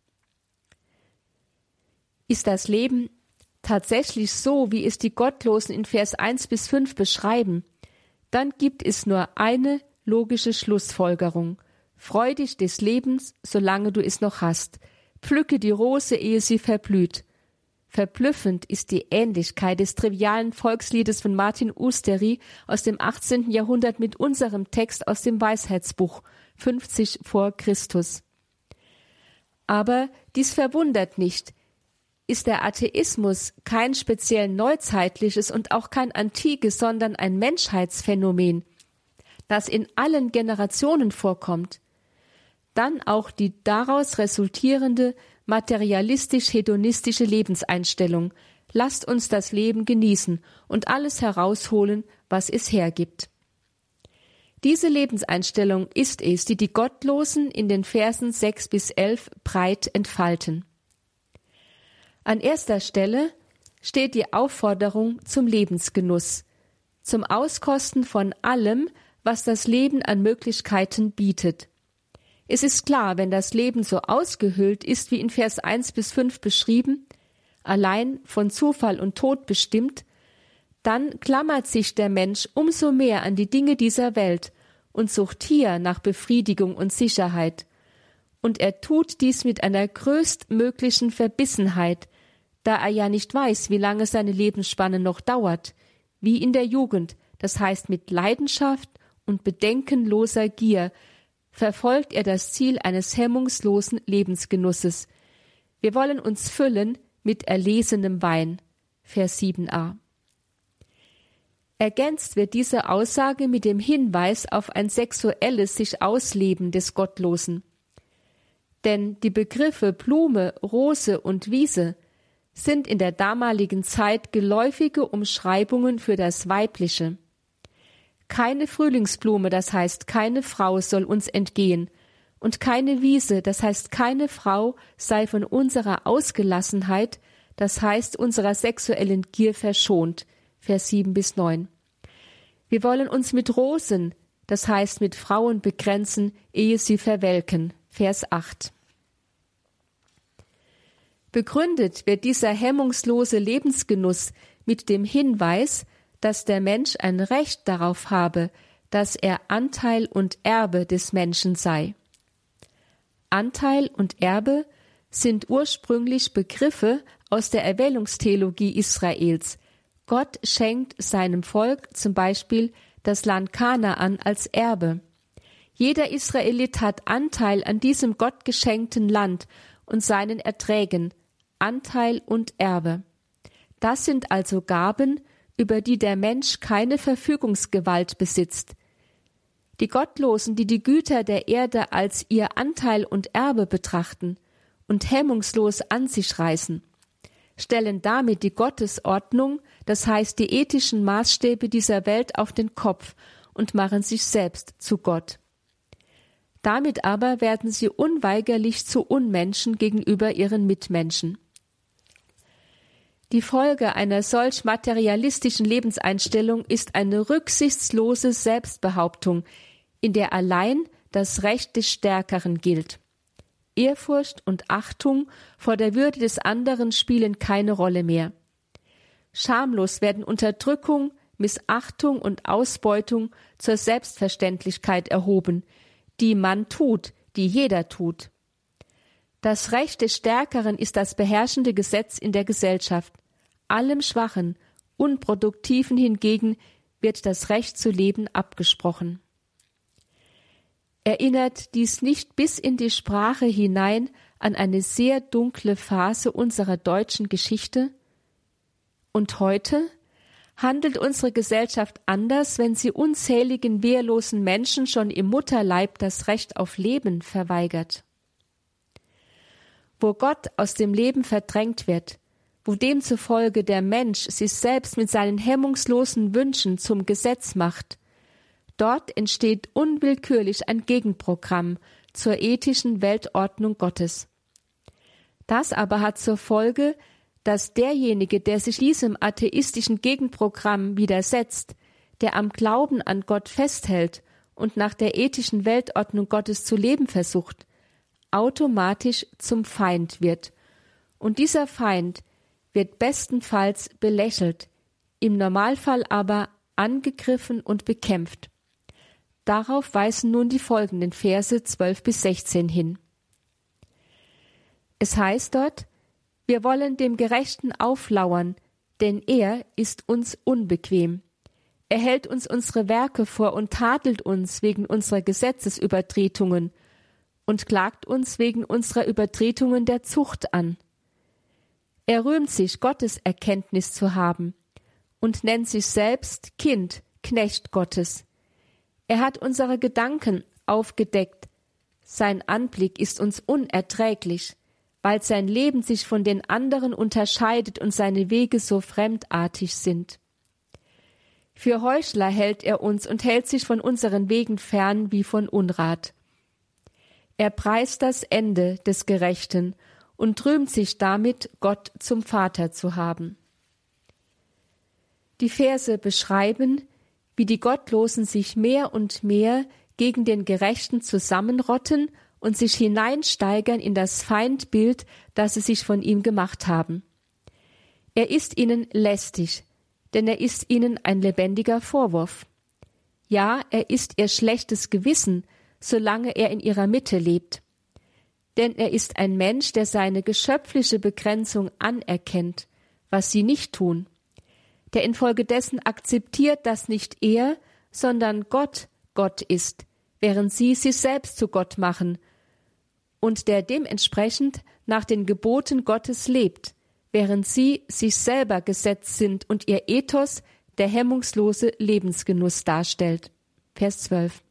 Ist das Leben tatsächlich so, wie es die Gottlosen in Vers eins bis fünf beschreiben, dann gibt es nur eine logische Schlussfolgerung. Freu dich des Lebens, solange du es noch hast. Pflücke die Rose, ehe sie verblüht. Verblüffend ist die Ähnlichkeit des trivialen Volksliedes von Martin Usteri aus dem achtzehnten Jahrhundert mit unserem Text aus dem Weisheitsbuch fünfzig vor Christus. Aber dies verwundert nicht. Ist der Atheismus kein speziell neuzeitliches und auch kein antikes, sondern ein Menschheitsphänomen, das in allen Generationen vorkommt, dann auch die daraus resultierende materialistisch-hedonistische Lebenseinstellung. Lasst uns das Leben genießen und alles herausholen, was es hergibt. Diese Lebenseinstellung ist es, die die Gottlosen in den Versen sechs bis elf breit entfalten. An erster Stelle steht die Aufforderung zum Lebensgenuss, zum Auskosten von allem, was das Leben an Möglichkeiten bietet. Es ist klar, wenn das Leben so ausgehöhlt ist, wie in Vers eins bis fünf beschrieben, allein von Zufall und Tod bestimmt, dann klammert sich der Mensch umso mehr an die Dinge dieser Welt und sucht hier nach Befriedigung und Sicherheit. Und er tut dies mit einer größtmöglichen Verbissenheit, da er ja nicht weiß, wie lange seine Lebensspanne noch dauert, wie in der Jugend, das heißt mit Leidenschaft und bedenkenloser Gier, verfolgt er das Ziel eines hemmungslosen Lebensgenusses. Wir wollen uns füllen mit erlesenem Wein. Vers sieben a. Ergänzt wird diese Aussage mit dem Hinweis auf ein sexuelles Sich-Ausleben des Gottlosen. Denn die Begriffe Blume, Rose und Wiese sind in der damaligen Zeit geläufige Umschreibungen für das Weibliche. Keine Frühlingsblume, das heißt keine Frau, soll uns entgehen, und keine Wiese, das heißt keine Frau, sei von unserer Ausgelassenheit, das heißt unserer sexuellen Gier verschont. Vers sieben bis neun. Wir wollen uns mit Rosen, das heißt mit Frauen begrenzen, ehe sie verwelken. Vers acht. Begründet wird dieser hemmungslose Lebensgenuss mit dem Hinweis, dass der Mensch ein Recht darauf habe, dass er Anteil und Erbe des Menschen sei. Anteil und Erbe sind ursprünglich Begriffe aus der Erwählungstheologie Israels. Gott schenkt seinem Volk zum Beispiel das Land Kanaan als Erbe. Jeder Israelit hat Anteil an diesem Gott geschenkten Land und seinen Erträgen, Anteil und Erbe. Das sind also Gaben, über die der Mensch keine Verfügungsgewalt besitzt. Die Gottlosen, die die Güter der Erde als ihr Anteil und Erbe betrachten und hemmungslos an sich reißen, stellen damit die Gottesordnung, das heißt die ethischen Maßstäbe dieser Welt auf den Kopf und machen sich selbst zu Gott. Damit aber werden sie unweigerlich zu Unmenschen gegenüber ihren Mitmenschen. Die Folge einer solch materialistischen Lebenseinstellung ist eine rücksichtslose Selbstbehauptung, in der allein das Recht des Stärkeren gilt. Ehrfurcht und Achtung vor der Würde des anderen spielen keine Rolle mehr. Schamlos werden Unterdrückung, Missachtung und Ausbeutung zur Selbstverständlichkeit erhoben, die man tut, die jeder tut. Das Recht des Stärkeren ist das beherrschende Gesetz in der Gesellschaft. Allem Schwachen, Unproduktiven hingegen wird das Recht zu leben abgesprochen. Erinnert dies nicht bis in die Sprache hinein an eine sehr dunkle Phase unserer deutschen Geschichte? Und heute handelt unsere Gesellschaft anders, wenn sie unzähligen wehrlosen Menschen schon im Mutterleib das Recht auf Leben verweigert. Wo Gott aus dem Leben verdrängt wird, wo demzufolge der Mensch sich selbst mit seinen hemmungslosen Wünschen zum Gesetz macht, dort entsteht unwillkürlich ein Gegenprogramm zur ethischen Weltordnung Gottes. Das aber hat zur Folge, dass derjenige, der sich diesem atheistischen Gegenprogramm widersetzt, der am Glauben an Gott festhält und nach der ethischen Weltordnung Gottes zu leben versucht, automatisch zum Feind wird. Und dieser Feind wird bestenfalls belächelt, im Normalfall aber angegriffen und bekämpft. Darauf weisen nun die folgenden Verse zwölf bis sechzehn hin. Es heißt dort: Wir wollen dem Gerechten auflauern, denn er ist uns unbequem. Er hält uns unsere Werke vor und tadelt uns wegen unserer Gesetzesübertretungen und klagt uns wegen unserer Übertretungen der Zucht an. Er rühmt sich, Gottes Erkenntnis zu haben und nennt sich selbst Kind, Knecht Gottes. Er hat unsere Gedanken aufgedeckt. Sein Anblick ist uns unerträglich, weil sein Leben sich von den anderen unterscheidet und seine Wege so fremdartig sind. Für Heuchler hält er uns und hält sich von unseren Wegen fern wie von Unrat. Er preist das Ende des Gerechten und rühmt sich damit, Gott zum Vater zu haben. Die Verse beschreiben, wie die Gottlosen sich mehr und mehr gegen den Gerechten zusammenrotten und sich hineinsteigern in das Feindbild, das sie sich von ihm gemacht haben. Er ist ihnen lästig, denn er ist ihnen ein lebendiger Vorwurf. Ja, er ist ihr schlechtes Gewissen, solange er in ihrer Mitte lebt. Denn er ist ein Mensch, der seine geschöpfliche Begrenzung anerkennt, was sie nicht tun, der infolgedessen akzeptiert, dass nicht er, sondern Gott Gott ist, während sie sich selbst zu Gott machen, und der dementsprechend nach den Geboten Gottes lebt, während sie sich selber gesetzt sind und ihr Ethos der hemmungslose Lebensgenuss darstellt. Vers zwölf.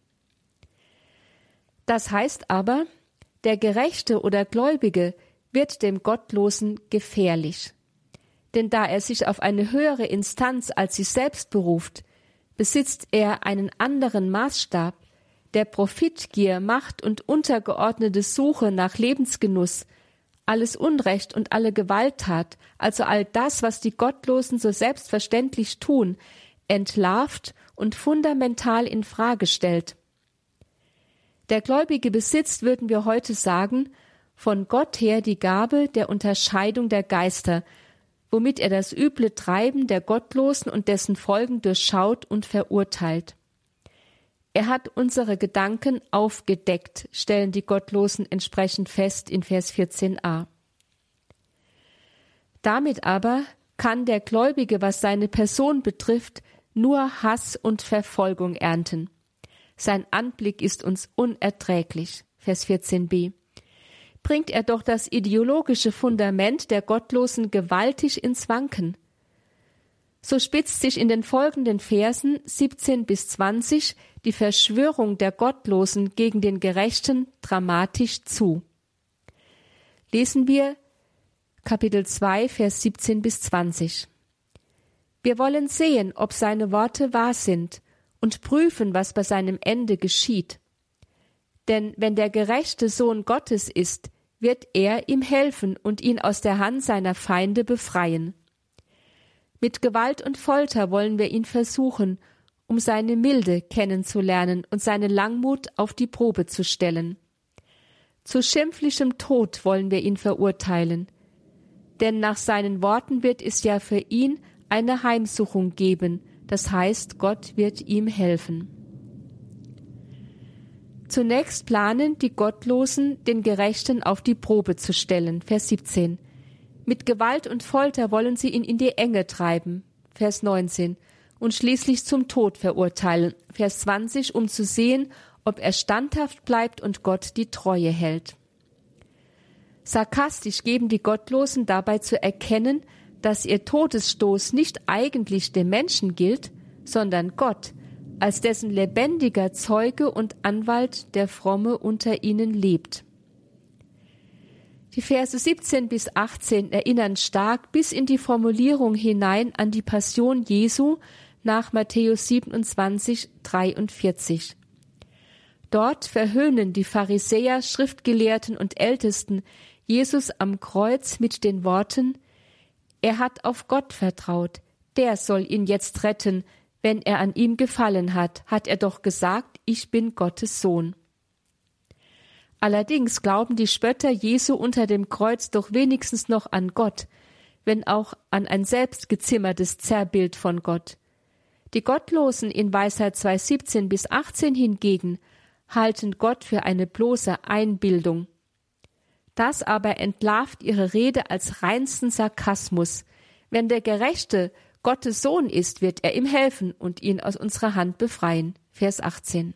Das heißt aber, der Gerechte oder Gläubige wird dem Gottlosen gefährlich. Denn da er sich auf eine höhere Instanz als sich selbst beruft, besitzt er einen anderen Maßstab, der Profitgier, Macht und untergeordnete Suche nach Lebensgenuss, alles Unrecht und alle Gewalttat, also all das, was die Gottlosen so selbstverständlich tun, entlarvt und fundamental in Frage stellt. Der Gläubige besitzt, würden wir heute sagen, von Gott her die Gabe der Unterscheidung der Geister, womit er das üble Treiben der Gottlosen und dessen Folgen durchschaut und verurteilt. Er hat unsere Gedanken aufgedeckt, stellen die Gottlosen entsprechend fest in Vers vierzehn a. Damit aber kann der Gläubige, was seine Person betrifft, nur Hass und Verfolgung ernten. Sein Anblick ist uns unerträglich. Vers vierzehn b. Bringt er doch das ideologische Fundament der Gottlosen gewaltig ins Wanken. So spitzt sich in den folgenden Versen siebzehn bis zwanzig die Verschwörung der Gottlosen gegen den Gerechten dramatisch zu. Lesen wir Kapitel zwei, Vers siebzehn bis zwanzig. Wir wollen sehen, ob seine Worte wahr sind, und prüfen, was bei seinem Ende geschieht. Denn wenn der gerechte Sohn Gottes ist, wird er ihm helfen und ihn aus der Hand seiner Feinde befreien. Mit Gewalt und Folter wollen wir ihn versuchen, um seine Milde kennenzulernen und seine Langmut auf die Probe zu stellen. Zu schimpflichem Tod wollen wir ihn verurteilen, denn nach seinen Worten wird es ja für ihn eine Heimsuchung geben, das heißt, Gott wird ihm helfen. Zunächst planen die Gottlosen, den Gerechten auf die Probe zu stellen, Vers siebzehn. Mit Gewalt und Folter wollen sie ihn in die Enge treiben, Vers neunzehn, und schließlich zum Tod verurteilen, Vers zwanzig, um zu sehen, ob er standhaft bleibt und Gott die Treue hält. Sarkastisch geben die Gottlosen dabei zu erkennen, dass ihr Todesstoß nicht eigentlich dem Menschen gilt, sondern Gott, als dessen lebendiger Zeuge und Anwalt der Fromme unter ihnen lebt. Die Verse siebzehn bis achtzehn erinnern stark bis in die Formulierung hinein an die Passion Jesu nach Matthäus siebenundzwanzig, dreiundvierzig. Dort verhöhnen die Pharisäer, Schriftgelehrten und Ältesten Jesus am Kreuz mit den Worten: Er hat auf Gott vertraut, der soll ihn jetzt retten, wenn er an ihm gefallen hat, hat er doch gesagt, ich bin Gottes Sohn. Allerdings glauben die Spötter Jesu unter dem Kreuz doch wenigstens noch an Gott, wenn auch an ein selbstgezimmertes Zerrbild von Gott. Die Gottlosen in Weisheit zwei, siebzehn bis achtzehn hingegen halten Gott für eine bloße Einbildung. Das aber entlarvt ihre Rede als reinsten Sarkasmus. Wenn der Gerechte Gottes Sohn ist, wird er ihm helfen und ihn aus unserer Hand befreien. Vers achtzehn.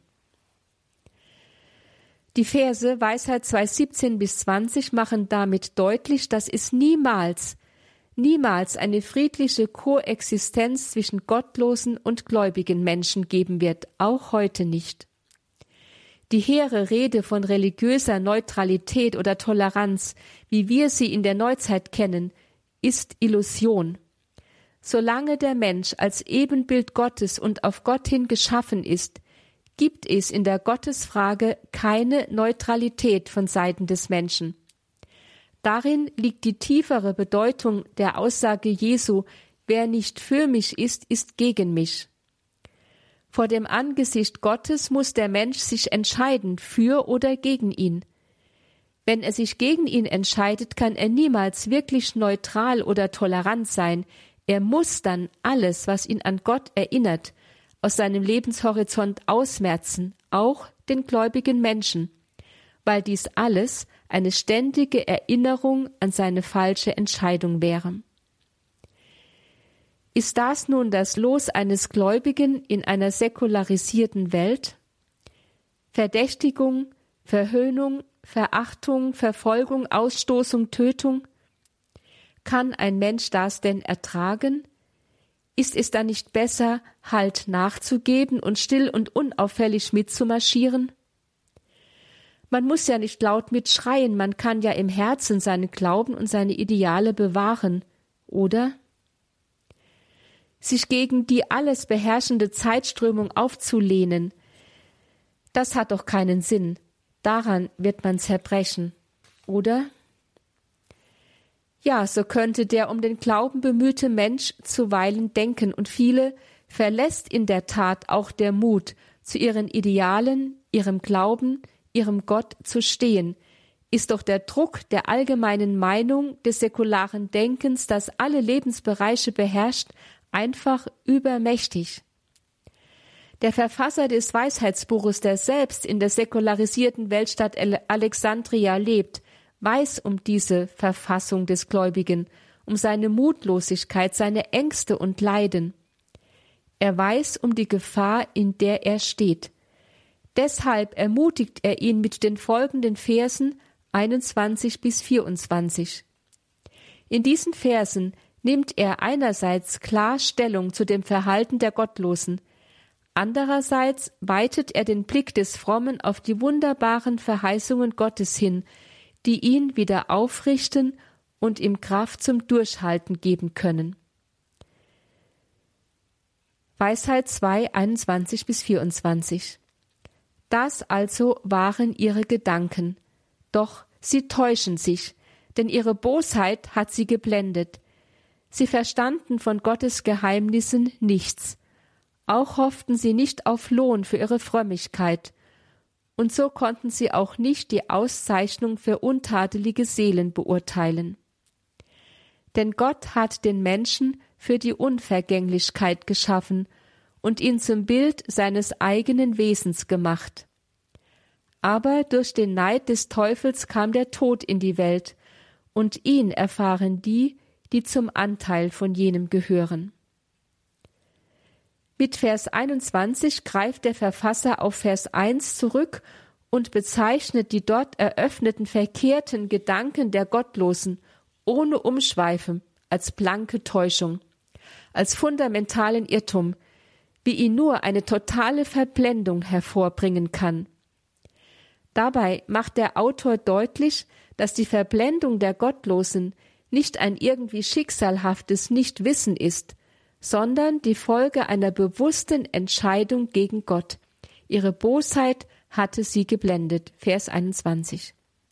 Die Verse Weisheit zwei, siebzehn bis zwanzig machen damit deutlich, dass es niemals, niemals eine friedliche Koexistenz zwischen gottlosen und gläubigen Menschen geben wird, auch heute nicht. Die hehre Rede von religiöser Neutralität oder Toleranz, wie wir sie in der Neuzeit kennen, ist Illusion. Solange der Mensch als Ebenbild Gottes und auf Gott hin geschaffen ist, gibt es in der Gottesfrage keine Neutralität von Seiten des Menschen. Darin liegt die tiefere Bedeutung der Aussage Jesu: Wer nicht für mich ist, ist gegen mich. Vor dem Angesicht Gottes muss der Mensch sich entscheiden, für oder gegen ihn. Wenn er sich gegen ihn entscheidet, kann er niemals wirklich neutral oder tolerant sein. Er muss dann alles, was ihn an Gott erinnert, aus seinem Lebenshorizont ausmerzen, auch den gläubigen Menschen, weil dies alles eine ständige Erinnerung an seine falsche Entscheidung wäre. Ist das nun das Los eines Gläubigen in einer säkularisierten Welt? Verdächtigung, Verhöhnung, Verachtung, Verfolgung, Ausstoßung, Tötung? Kann ein Mensch das denn ertragen? Ist es dann nicht besser, Halt nachzugeben und still und unauffällig mitzumarschieren? Man muss ja nicht laut mitschreien, man kann ja im Herzen seinen Glauben und seine Ideale bewahren, oder? Sich gegen die alles beherrschende Zeitströmung aufzulehnen, das hat doch keinen Sinn. Daran wird man zerbrechen, oder? Ja, so könnte der um den Glauben bemühte Mensch zuweilen denken, und viele verlässt in der Tat auch der Mut, zu ihren Idealen, ihrem Glauben, ihrem Gott zu stehen. Ist doch der Druck der allgemeinen Meinung, des säkularen Denkens, das alle Lebensbereiche beherrscht, einfach übermächtig. Der Verfasser des Weisheitsbuches, der selbst in der säkularisierten Weltstadt Alexandria lebt, weiß um diese Verfassung des Gläubigen, um seine Mutlosigkeit, seine Ängste und Leiden. Er weiß um die Gefahr, in der er steht. Deshalb ermutigt er ihn mit den folgenden Versen einundzwanzig bis vierundzwanzig. In diesen Versen nimmt er einerseits klar Stellung zu dem Verhalten der Gottlosen, andererseits weitet er den Blick des Frommen auf die wunderbaren Verheißungen Gottes hin, die ihn wieder aufrichten und ihm Kraft zum Durchhalten geben können. Weisheit zwei, einundzwanzig bis vierundzwanzig. Das also waren ihre Gedanken, doch sie täuschen sich, denn ihre Bosheit hat sie geblendet. Sie verstanden von Gottes Geheimnissen nichts. Auch hofften sie nicht auf Lohn für ihre Frömmigkeit. Und so konnten sie auch nicht die Auszeichnung für untadelige Seelen beurteilen. Denn Gott hat den Menschen für die Unvergänglichkeit geschaffen und ihn zum Bild seines eigenen Wesens gemacht. Aber durch den Neid des Teufels kam der Tod in die Welt, und ihn erfahren die, die zum Anteil von jenem gehören. Mit Vers einundzwanzig greift der Verfasser auf Vers eins zurück und bezeichnet die dort eröffneten verkehrten Gedanken der Gottlosen ohne Umschweife als blanke Täuschung, als fundamentalen Irrtum, wie ihn nur eine totale Verblendung hervorbringen kann. Dabei macht der Autor deutlich, dass die Verblendung der Gottlosen nicht ein irgendwie schicksalhaftes Nichtwissen ist, sondern die Folge einer bewussten Entscheidung gegen Gott. Ihre Bosheit hatte sie geblendet. Vers einundzwanzig.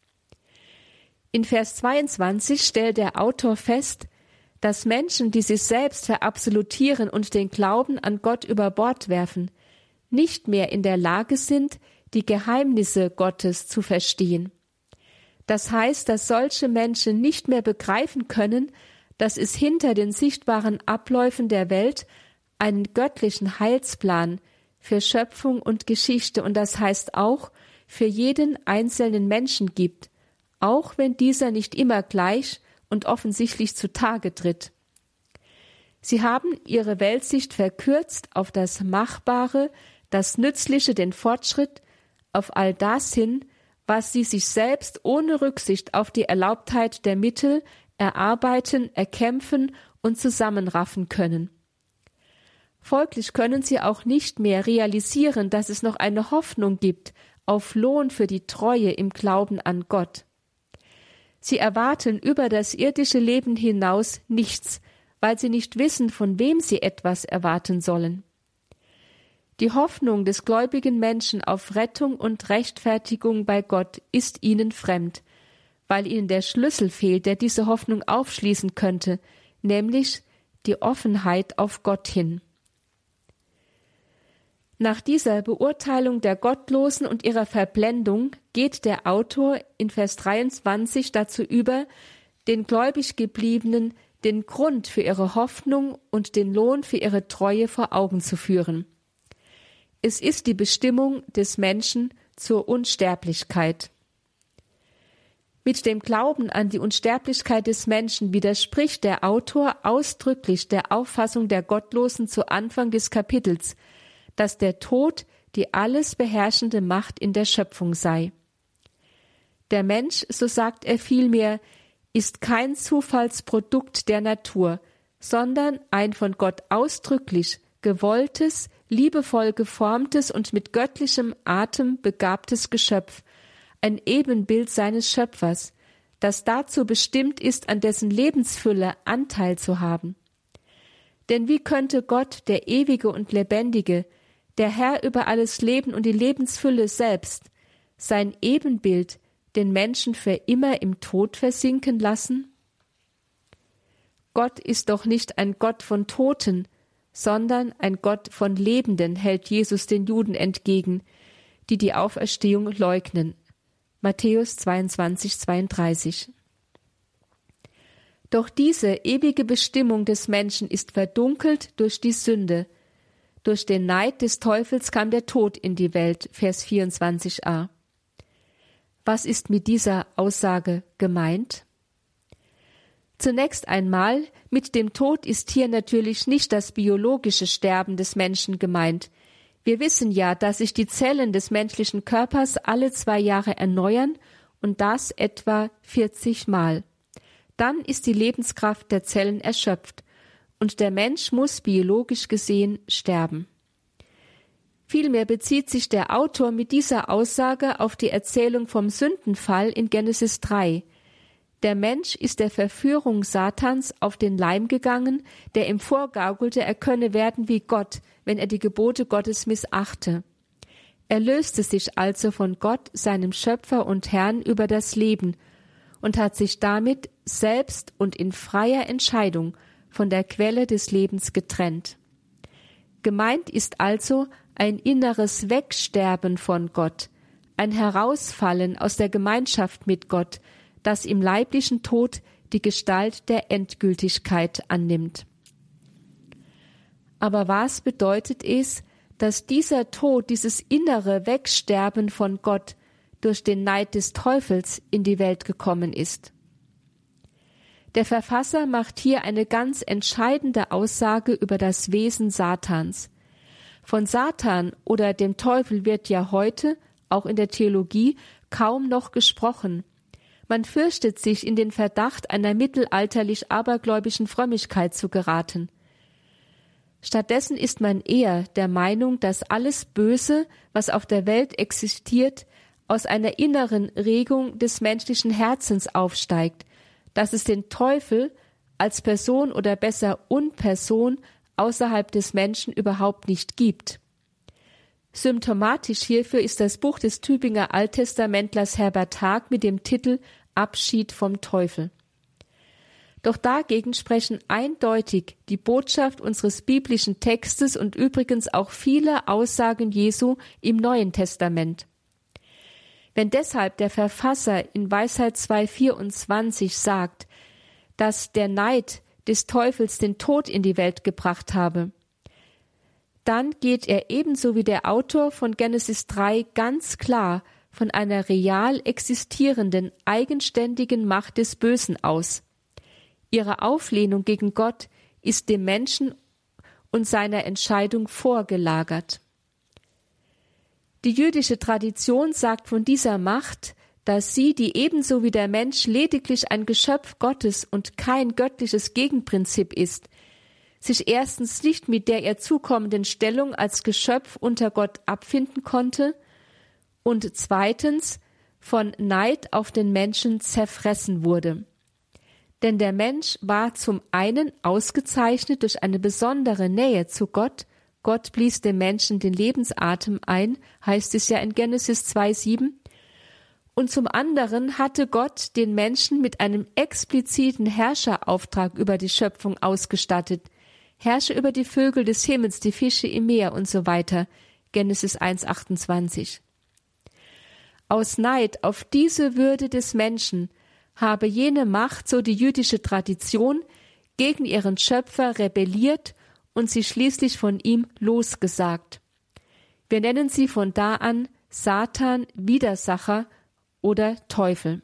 In Vers zweiundzwanzig stellt der Autor fest, dass Menschen, die sich selbst verabsolutieren und den Glauben an Gott über Bord werfen, nicht mehr in der Lage sind, die Geheimnisse Gottes zu verstehen. Das heißt, dass solche Menschen nicht mehr begreifen können, dass es hinter den sichtbaren Abläufen der Welt einen göttlichen Heilsplan für Schöpfung und Geschichte und das heißt auch für jeden einzelnen Menschen gibt, auch wenn dieser nicht immer gleich und offensichtlich zutage tritt. Sie haben ihre Weltsicht verkürzt auf das Machbare, das Nützliche, den Fortschritt, auf all das hin, was sie sich selbst ohne Rücksicht auf die Erlaubtheit der Mittel erarbeiten, erkämpfen und zusammenraffen können. Folglich können sie auch nicht mehr realisieren, dass es noch eine Hoffnung gibt auf Lohn für die Treue im Glauben an Gott. Sie erwarten über das irdische Leben hinaus nichts, weil sie nicht wissen, von wem sie etwas erwarten sollen. Die Hoffnung des gläubigen Menschen auf Rettung und Rechtfertigung bei Gott ist ihnen fremd, weil ihnen der Schlüssel fehlt, der diese Hoffnung aufschließen könnte, nämlich die Offenheit auf Gott hin. Nach dieser Beurteilung der Gottlosen und ihrer Verblendung geht der Autor in Vers dreiundzwanzig dazu über, den gläubig Gebliebenen den Grund für ihre Hoffnung und den Lohn für ihre Treue vor Augen zu führen. Es ist die Bestimmung des Menschen zur Unsterblichkeit. Mit dem Glauben an die Unsterblichkeit des Menschen widerspricht der Autor ausdrücklich der Auffassung der Gottlosen zu Anfang des Kapitels, dass der Tod die alles beherrschende Macht in der Schöpfung sei. Der Mensch, so sagt er vielmehr, ist kein Zufallsprodukt der Natur, sondern ein von Gott ausdrücklich gewolltes, liebevoll geformtes und mit göttlichem Atem begabtes Geschöpf, ein Ebenbild seines Schöpfers, das dazu bestimmt ist, an dessen Lebensfülle Anteil zu haben. Denn wie könnte Gott, der Ewige und Lebendige, der Herr über alles Leben und die Lebensfülle selbst, sein Ebenbild, den Menschen für immer im Tod versinken lassen? Gott ist doch nicht ein Gott von Toten, sondern ein Gott von Lebenden, hält Jesus den Juden entgegen, die die Auferstehung leugnen. Matthäus zweiundzwanzig, zweiunddreißig. Doch diese ewige Bestimmung des Menschen ist verdunkelt durch die Sünde. Durch den Neid des Teufels kam der Tod in die Welt, Vers vierundzwanzig a. Was ist mit dieser Aussage gemeint? Zunächst einmal, mit dem Tod ist hier natürlich nicht das biologische Sterben des Menschen gemeint, Wir wissen ja, dass sich die Zellen des menschlichen Körpers alle zwei Jahre erneuern und das etwa vierzig Mal. Dann ist die Lebenskraft der Zellen erschöpft und der Mensch muss biologisch gesehen sterben. Vielmehr bezieht sich der Autor mit dieser Aussage auf die Erzählung vom Sündenfall in Genesis drei. Der Mensch ist der Verführung Satans auf den Leim gegangen, der ihm vorgaukelte, er könne werden wie Gott, wenn er die Gebote Gottes missachte. Er löste sich also von Gott, seinem Schöpfer und Herrn, über das Leben und hat sich damit selbst und in freier Entscheidung von der Quelle des Lebens getrennt. Gemeint ist also ein inneres Wegsterben von Gott, ein Herausfallen aus der Gemeinschaft mit Gott, das im leiblichen Tod die Gestalt der Endgültigkeit annimmt. Aber was bedeutet es, dass dieser Tod, dieses innere Wegsterben von Gott durch den Neid des Teufels in die Welt gekommen ist? Der Verfasser macht hier eine ganz entscheidende Aussage über das Wesen Satans. Von Satan oder dem Teufel wird ja heute, auch in der Theologie, kaum noch gesprochen. Man fürchtet sich, in den Verdacht einer mittelalterlich abergläubischen Frömmigkeit zu geraten. Stattdessen ist man eher der Meinung, dass alles Böse, was auf der Welt existiert, aus einer inneren Regung des menschlichen Herzens aufsteigt, dass es den Teufel als Person oder besser Unperson außerhalb des Menschen überhaupt nicht gibt. Symptomatisch hierfür ist das Buch des Tübinger Alttestamentlers Herbert Haag mit dem Titel Abschied vom Teufel. Doch dagegen sprechen eindeutig die Botschaft unseres biblischen Textes und übrigens auch viele Aussagen Jesu im Neuen Testament. Wenn deshalb der Verfasser in Weisheit zwei vierundzwanzig sagt, dass der Neid des Teufels den Tod in die Welt gebracht habe, dann geht er ebenso wie der Autor von Genesis drei ganz klar von einer real existierenden, eigenständigen Macht des Bösen aus. Ihre Auflehnung gegen Gott ist dem Menschen und seiner Entscheidung vorgelagert. Die jüdische Tradition sagt von dieser Macht, dass sie, die ebenso wie der Mensch lediglich ein Geschöpf Gottes und kein göttliches Gegenprinzip ist, sich erstens nicht mit der ihr zukommenden Stellung als Geschöpf unter Gott abfinden konnte und zweitens von Neid auf den Menschen zerfressen wurde. Denn der Mensch war zum einen ausgezeichnet durch eine besondere Nähe zu Gott. Gott blies dem Menschen den Lebensatem ein, heißt es ja in Genesis zwei sieben. Und zum anderen hatte Gott den Menschen mit einem expliziten Herrscherauftrag über die Schöpfung ausgestattet. Herrsche über die Vögel des Himmels, die Fische im Meer und so weiter. Genesis eins achtundzwanzig. Aus Neid auf diese Würde des Menschen habe jene Macht, so die jüdische Tradition, gegen ihren Schöpfer rebelliert und sie schließlich von ihm losgesagt. Wir nennen sie von da an Satan, Widersacher oder Teufel.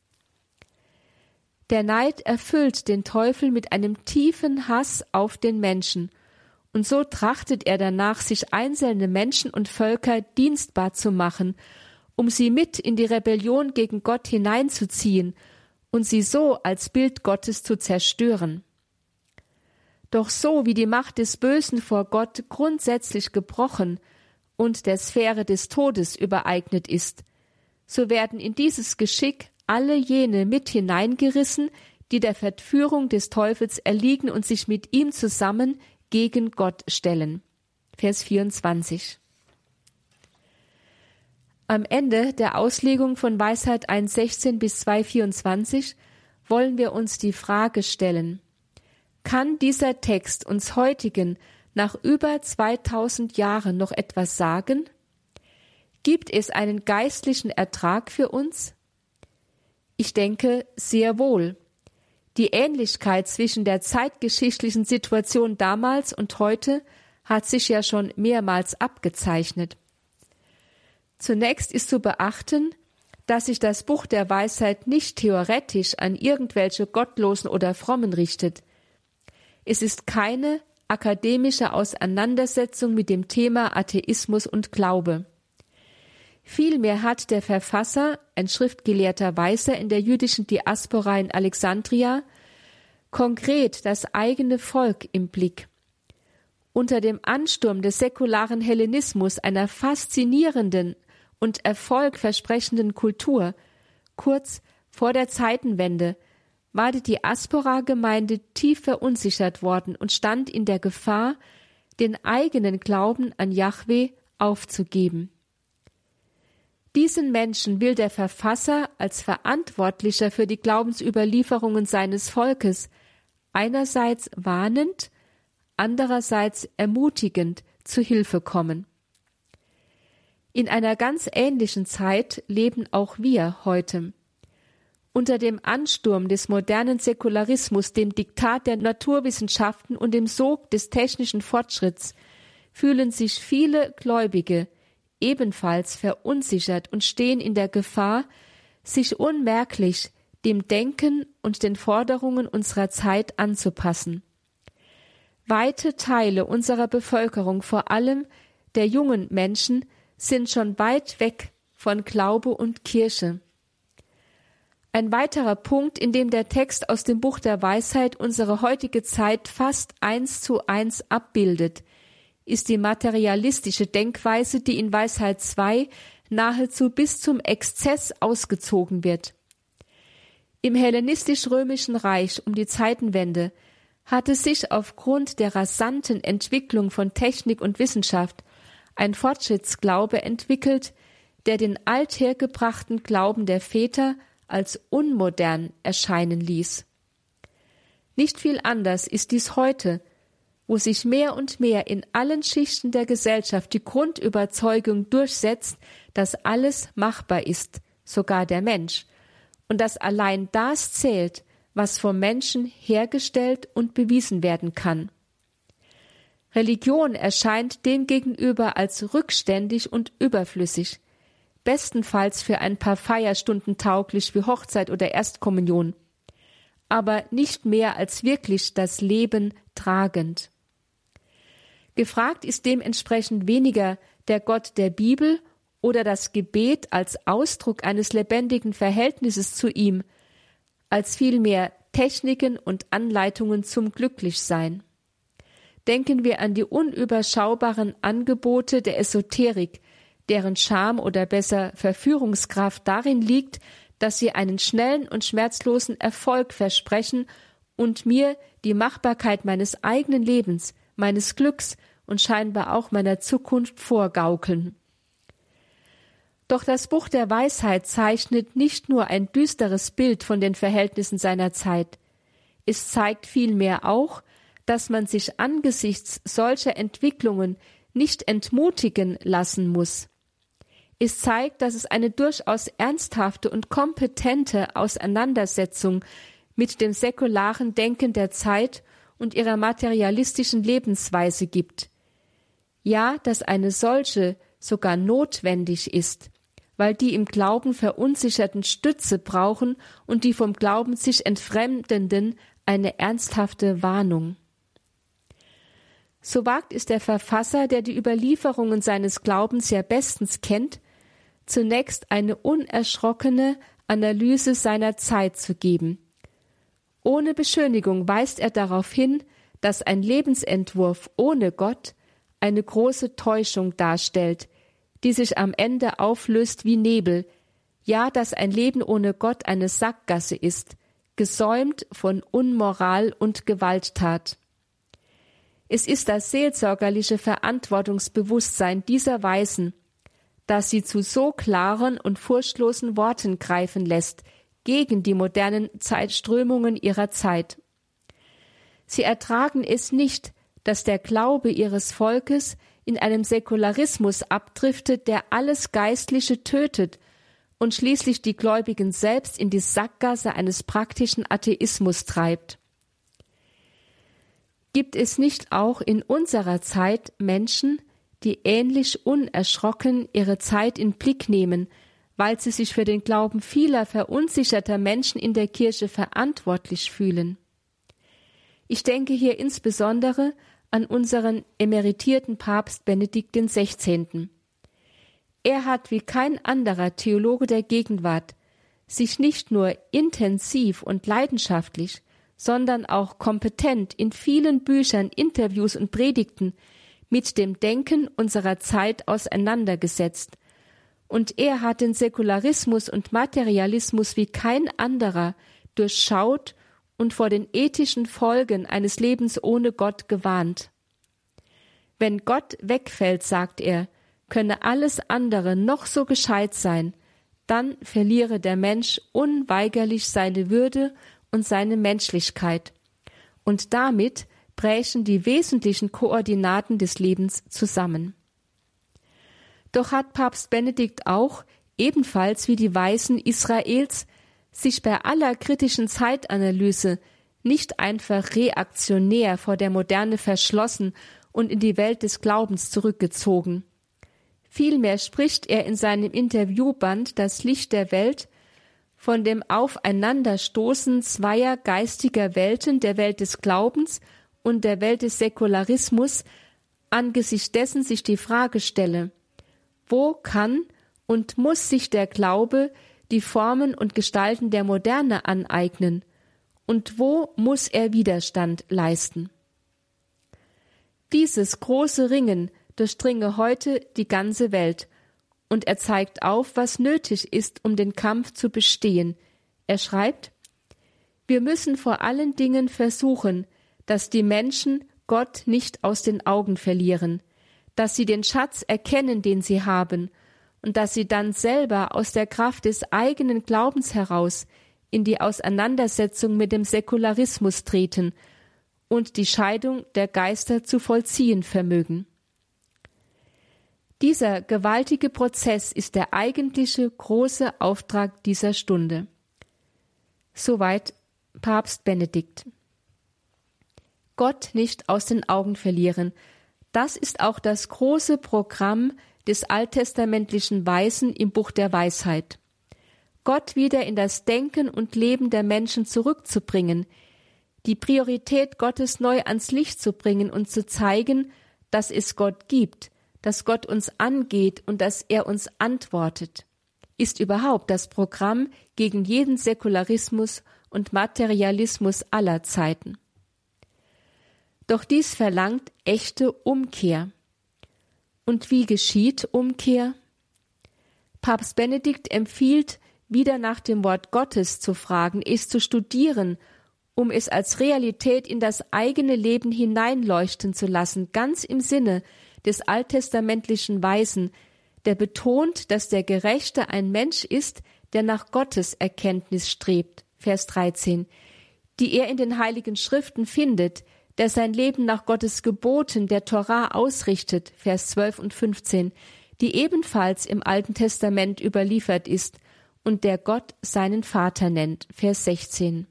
Der Neid erfüllt den Teufel mit einem tiefen Hass auf den Menschen, und so trachtet er danach, sich einzelne Menschen und Völker dienstbar zu machen, um sie mit in die Rebellion gegen Gott hineinzuziehen und sie so als Bild Gottes zu zerstören. Doch so wie die Macht des Bösen vor Gott grundsätzlich gebrochen und der Sphäre des Todes übereignet ist, so werden in dieses Geschick alle jene mit hineingerissen, die der Verführung des Teufels erliegen und sich mit ihm zusammen gegen Gott stellen. Vers vierundzwanzig. Am Ende der Auslegung von Weisheit eins sechzehn bis zwei vierundzwanzig wollen wir uns die Frage stellen: Kann dieser Text uns heutigen, nach über zweitausend Jahren noch etwas sagen? Gibt es einen geistlichen Ertrag für uns? Ich denke, sehr wohl. Die Ähnlichkeit zwischen der zeitgeschichtlichen Situation damals und heute hat sich ja schon mehrmals abgezeichnet. Zunächst ist zu beachten, dass sich das Buch der Weisheit nicht theoretisch an irgendwelche Gottlosen oder Frommen richtet. Es ist keine akademische Auseinandersetzung mit dem Thema Atheismus und Glaube. Vielmehr hat der Verfasser, ein schriftgelehrter Weißer in der jüdischen Diaspora in Alexandria, konkret das eigene Volk im Blick. Unter dem Ansturm des säkularen Hellenismus, einer faszinierenden und erfolgversprechenden Kultur, kurz vor der Zeitenwende, war die Diaspora-Gemeinde tief verunsichert worden und stand in der Gefahr, den eigenen Glauben an Jahwe aufzugeben. Diesen Menschen will der Verfasser als Verantwortlicher für die Glaubensüberlieferungen seines Volkes einerseits warnend, andererseits ermutigend zu Hilfe kommen. In einer ganz ähnlichen Zeit leben auch wir heute. Unter dem Ansturm des modernen Säkularismus, dem Diktat der Naturwissenschaften und dem Sog des technischen Fortschritts fühlen sich viele Gläubige ebenfalls verunsichert und stehen in der Gefahr, sich unmerklich dem Denken und den Forderungen unserer Zeit anzupassen. Weite Teile unserer Bevölkerung, vor allem der jungen Menschen, sind schon weit weg von Glaube und Kirche. Ein weiterer Punkt, in dem der Text aus dem Buch der Weisheit unsere heutige Zeit fast eins zu eins abbildet, ist die materialistische Denkweise, die in Weisheit zwei nahezu bis zum Exzess ausgezogen wird. Im hellenistisch-römischen Reich um die Zeitenwende hatte sich aufgrund der rasanten Entwicklung von Technik und Wissenschaft ein Fortschrittsglaube entwickelt, der den althergebrachten Glauben der Väter als unmodern erscheinen ließ. Nicht viel anders ist dies heute, wo sich mehr und mehr in allen Schichten der Gesellschaft die Grundüberzeugung durchsetzt, dass alles machbar ist, sogar der Mensch, und dass allein das zählt, was vom Menschen hergestellt und bewiesen werden kann. Religion erscheint demgegenüber als rückständig und überflüssig, bestenfalls für ein paar Feierstunden tauglich wie Hochzeit oder Erstkommunion, aber nicht mehr als wirklich das Leben tragend. Gefragt ist dementsprechend weniger der Gott der Bibel oder das Gebet als Ausdruck eines lebendigen Verhältnisses zu ihm, als vielmehr Techniken und Anleitungen zum Glücklichsein. Denken wir an die unüberschaubaren Angebote der Esoterik, deren Charme oder besser Verführungskraft darin liegt, dass sie einen schnellen und schmerzlosen Erfolg versprechen und mir die Machbarkeit meines eigenen Lebens, meines Glücks und scheinbar auch meiner Zukunft vorgaukeln. Doch das Buch der Weisheit zeichnet nicht nur ein düsteres Bild von den Verhältnissen seiner Zeit. Es zeigt vielmehr auch, dass man sich angesichts solcher Entwicklungen nicht entmutigen lassen muss. Es zeigt, dass es eine durchaus ernsthafte und kompetente Auseinandersetzung mit dem säkularen Denken der Zeit und ihrer materialistischen Lebensweise gibt. Ja, dass eine solche sogar notwendig ist, weil die im Glauben Verunsicherten Stütze brauchen und die vom Glauben sich Entfremdenden eine ernsthafte Warnung. So wagt es der Verfasser, der die Überlieferungen seines Glaubens ja bestens kennt, zunächst eine unerschrockene Analyse seiner Zeit zu geben. Ohne Beschönigung weist er darauf hin, dass ein Lebensentwurf ohne Gott eine große Täuschung darstellt, die sich am Ende auflöst wie Nebel, ja, dass ein Leben ohne Gott eine Sackgasse ist, gesäumt von Unmoral und Gewalttat. Es ist das seelsorgerliche Verantwortungsbewusstsein dieser Weisen, das sie zu so klaren und furchtlosen Worten greifen lässt, gegen die modernen Zeitströmungen ihrer Zeit. Sie ertragen es nicht, dass der Glaube ihres Volkes in einem Säkularismus abdriftet, der alles Geistliche tötet und schließlich die Gläubigen selbst in die Sackgasse eines praktischen Atheismus treibt. Gibt es nicht auch in unserer Zeit Menschen, die ähnlich unerschrocken ihre Zeit in Blick nehmen, weil sie sich für den Glauben vieler verunsicherter Menschen in der Kirche verantwortlich fühlen? Ich denke hier insbesondere an unseren emeritierten Papst Benedikt den Sechzehnten. Er hat wie kein anderer Theologe der Gegenwart sich nicht nur intensiv und leidenschaftlich, sondern auch kompetent in vielen Büchern, Interviews und Predigten mit dem Denken unserer Zeit auseinandergesetzt. Und er hat den Säkularismus und Materialismus wie kein anderer durchschaut und vor den ethischen Folgen eines Lebens ohne Gott gewarnt. Wenn Gott wegfällt, sagt er, könne alles andere noch so gescheit sein, dann verliere der Mensch unweigerlich seine Würde und seine Menschlichkeit. Und damit brechen die wesentlichen Koordinaten des Lebens zusammen. Doch hat Papst Benedikt auch, ebenfalls wie die Weisen Israels, sich bei aller kritischen Zeitanalyse nicht einfach reaktionär vor der Moderne verschlossen und in die Welt des Glaubens zurückgezogen. Vielmehr spricht er in seinem Interviewband Das Licht der Welt von dem Aufeinanderstoßen zweier geistiger Welten, der Welt des Glaubens und der Welt des Säkularismus, angesichts dessen sich die Frage stelle: Wo kann und muss sich der Glaube die Formen und Gestalten der Moderne aneignen und wo muss er Widerstand leisten? Dieses große Ringen durchdringe heute die ganze Welt und er zeigt auf, was nötig ist, um den Kampf zu bestehen. Er schreibt: Wir müssen vor allen Dingen versuchen, dass die Menschen Gott nicht aus den Augen verlieren, dass sie den Schatz erkennen, den sie haben, und dass sie dann selber aus der Kraft des eigenen Glaubens heraus in die Auseinandersetzung mit dem Säkularismus treten und die Scheidung der Geister zu vollziehen vermögen. Dieser gewaltige Prozess ist der eigentliche große Auftrag dieser Stunde. Soweit Papst Benedikt. Gott nicht aus den Augen verlieren, das ist auch das große Programm des alttestamentlichen Weisen im Buch der Weisheit. Gott wieder in das Denken und Leben der Menschen zurückzubringen, die Priorität Gottes neu ans Licht zu bringen und zu zeigen, dass es Gott gibt, dass Gott uns angeht und dass er uns antwortet, ist überhaupt das Programm gegen jeden Säkularismus und Materialismus aller Zeiten. Doch dies verlangt echte Umkehr. Und wie geschieht Umkehr? Papst Benedikt empfiehlt, wieder nach dem Wort Gottes zu fragen, es zu studieren, um es als Realität in das eigene Leben hineinleuchten zu lassen, ganz im Sinne des alttestamentlichen Weisen, der betont, dass der Gerechte ein Mensch ist, der nach Gottes Erkenntnis strebt, Vers dreizehn, die er in den Heiligen Schriften findet, der sein Leben nach Gottes Geboten, der Torah, ausrichtet, Vers zwölf und fünfzehn, die ebenfalls im Alten Testament überliefert ist und der Gott seinen Vater nennt, Vers sechzehn.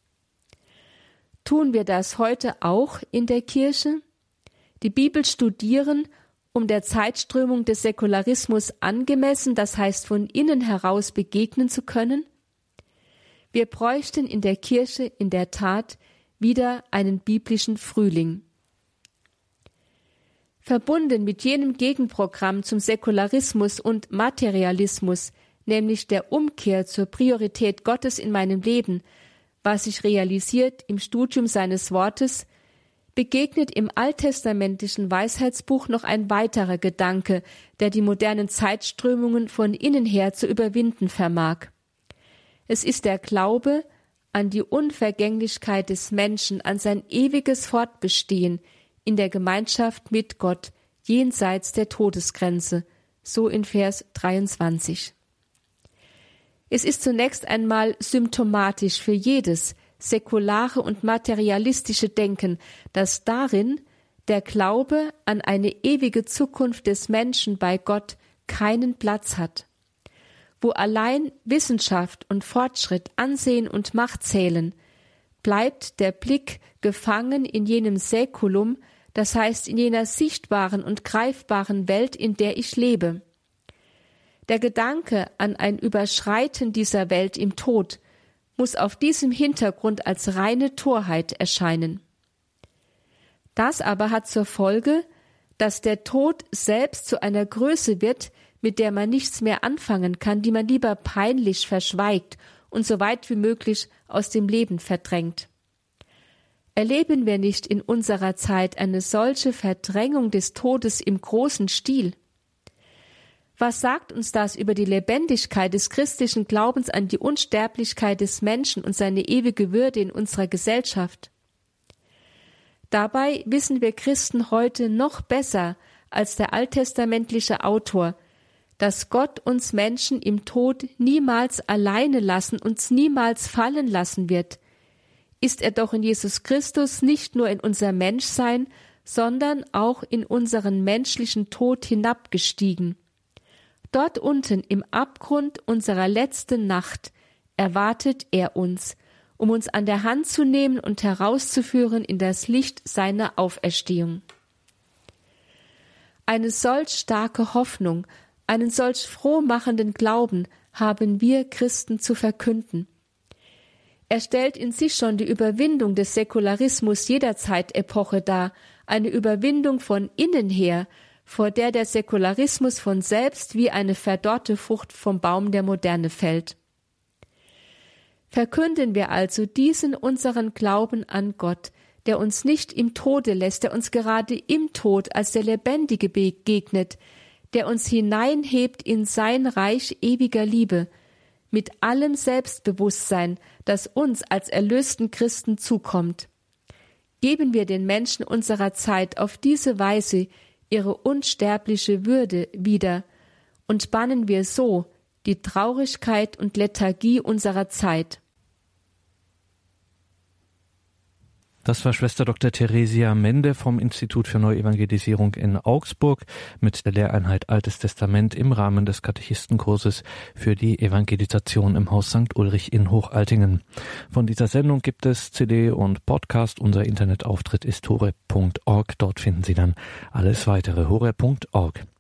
Tun wir das heute auch in der Kirche? Die Bibel studieren, um der Zeitströmung des Säkularismus angemessen, das heißt von innen heraus begegnen zu können? Wir bräuchten in der Kirche in der Tat wieder einen biblischen Frühling. Verbunden mit jenem Gegenprogramm zum Säkularismus und Materialismus, nämlich der Umkehr zur Priorität Gottes in meinem Leben, was sich realisiert im Studium seines Wortes, begegnet im alttestamentlichen Weisheitsbuch noch ein weiterer Gedanke, der die modernen Zeitströmungen von innen her zu überwinden vermag. Es ist der Glaube an die Unvergänglichkeit des Menschen, an sein ewiges Fortbestehen in der Gemeinschaft mit Gott jenseits der Todesgrenze, so in Vers dreiundzwanzig. Es ist zunächst einmal symptomatisch für jedes säkulare und materialistische Denken, dass darin der Glaube an eine ewige Zukunft des Menschen bei Gott keinen Platz hat. Wo allein Wissenschaft und Fortschritt, Ansehen und Macht zählen, bleibt der Blick gefangen in jenem Säkulum, das heißt in jener sichtbaren und greifbaren Welt, in der ich lebe. Der Gedanke an ein Überschreiten dieser Welt im Tod muss auf diesem Hintergrund als reine Torheit erscheinen. Das aber hat zur Folge, dass der Tod selbst zu einer Größe wird, mit der man nichts mehr anfangen kann, die man lieber peinlich verschweigt und so weit wie möglich aus dem Leben verdrängt. Erleben wir nicht in unserer Zeit eine solche Verdrängung des Todes im großen Stil? Was sagt uns das über die Lebendigkeit des christlichen Glaubens an die Unsterblichkeit des Menschen und seine ewige Würde in unserer Gesellschaft? Dabei wissen wir Christen heute noch besser als der alttestamentliche Autor, dass Gott uns Menschen im Tod niemals alleine lassen, uns niemals fallen lassen wird. Ist er doch in Jesus Christus nicht nur in unser Menschsein, sondern auch in unseren menschlichen Tod hinabgestiegen. Dort unten im Abgrund unserer letzten Nacht erwartet er uns, um uns an der Hand zu nehmen und herauszuführen in das Licht seiner Auferstehung. Eine solch starke Hoffnung, einen solch frohmachenden Glauben haben wir Christen zu verkünden. Er stellt in sich schon die Überwindung des Säkularismus jeder Zeitepoche dar, eine Überwindung von innen her, vor der der Säkularismus von selbst wie eine verdorrte Frucht vom Baum der Moderne fällt. Verkünden wir also diesen unseren Glauben an Gott, der uns nicht im Tode lässt, der uns gerade im Tod als der Lebendige begegnet, der uns hineinhebt in sein Reich ewiger Liebe, mit allem Selbstbewusstsein, das uns als erlösten Christen zukommt. Geben wir den Menschen unserer Zeit auf diese Weise ihre unsterbliche Würde wieder und bannen wir so die Traurigkeit und Lethargie unserer Zeit. Das war Schwester Doktor Theresia Mende vom Institut für Neuevangelisierung in Augsburg mit der Lehreinheit Altes Testament im Rahmen des Katechistenkurses für die Evangelisation im Haus Sankt Ulrich in Hochaltingen. Von dieser Sendung gibt es C D und Podcast. Unser Internetauftritt ist horeb punkt org. Dort finden Sie dann alles weitere. horeb punkt org.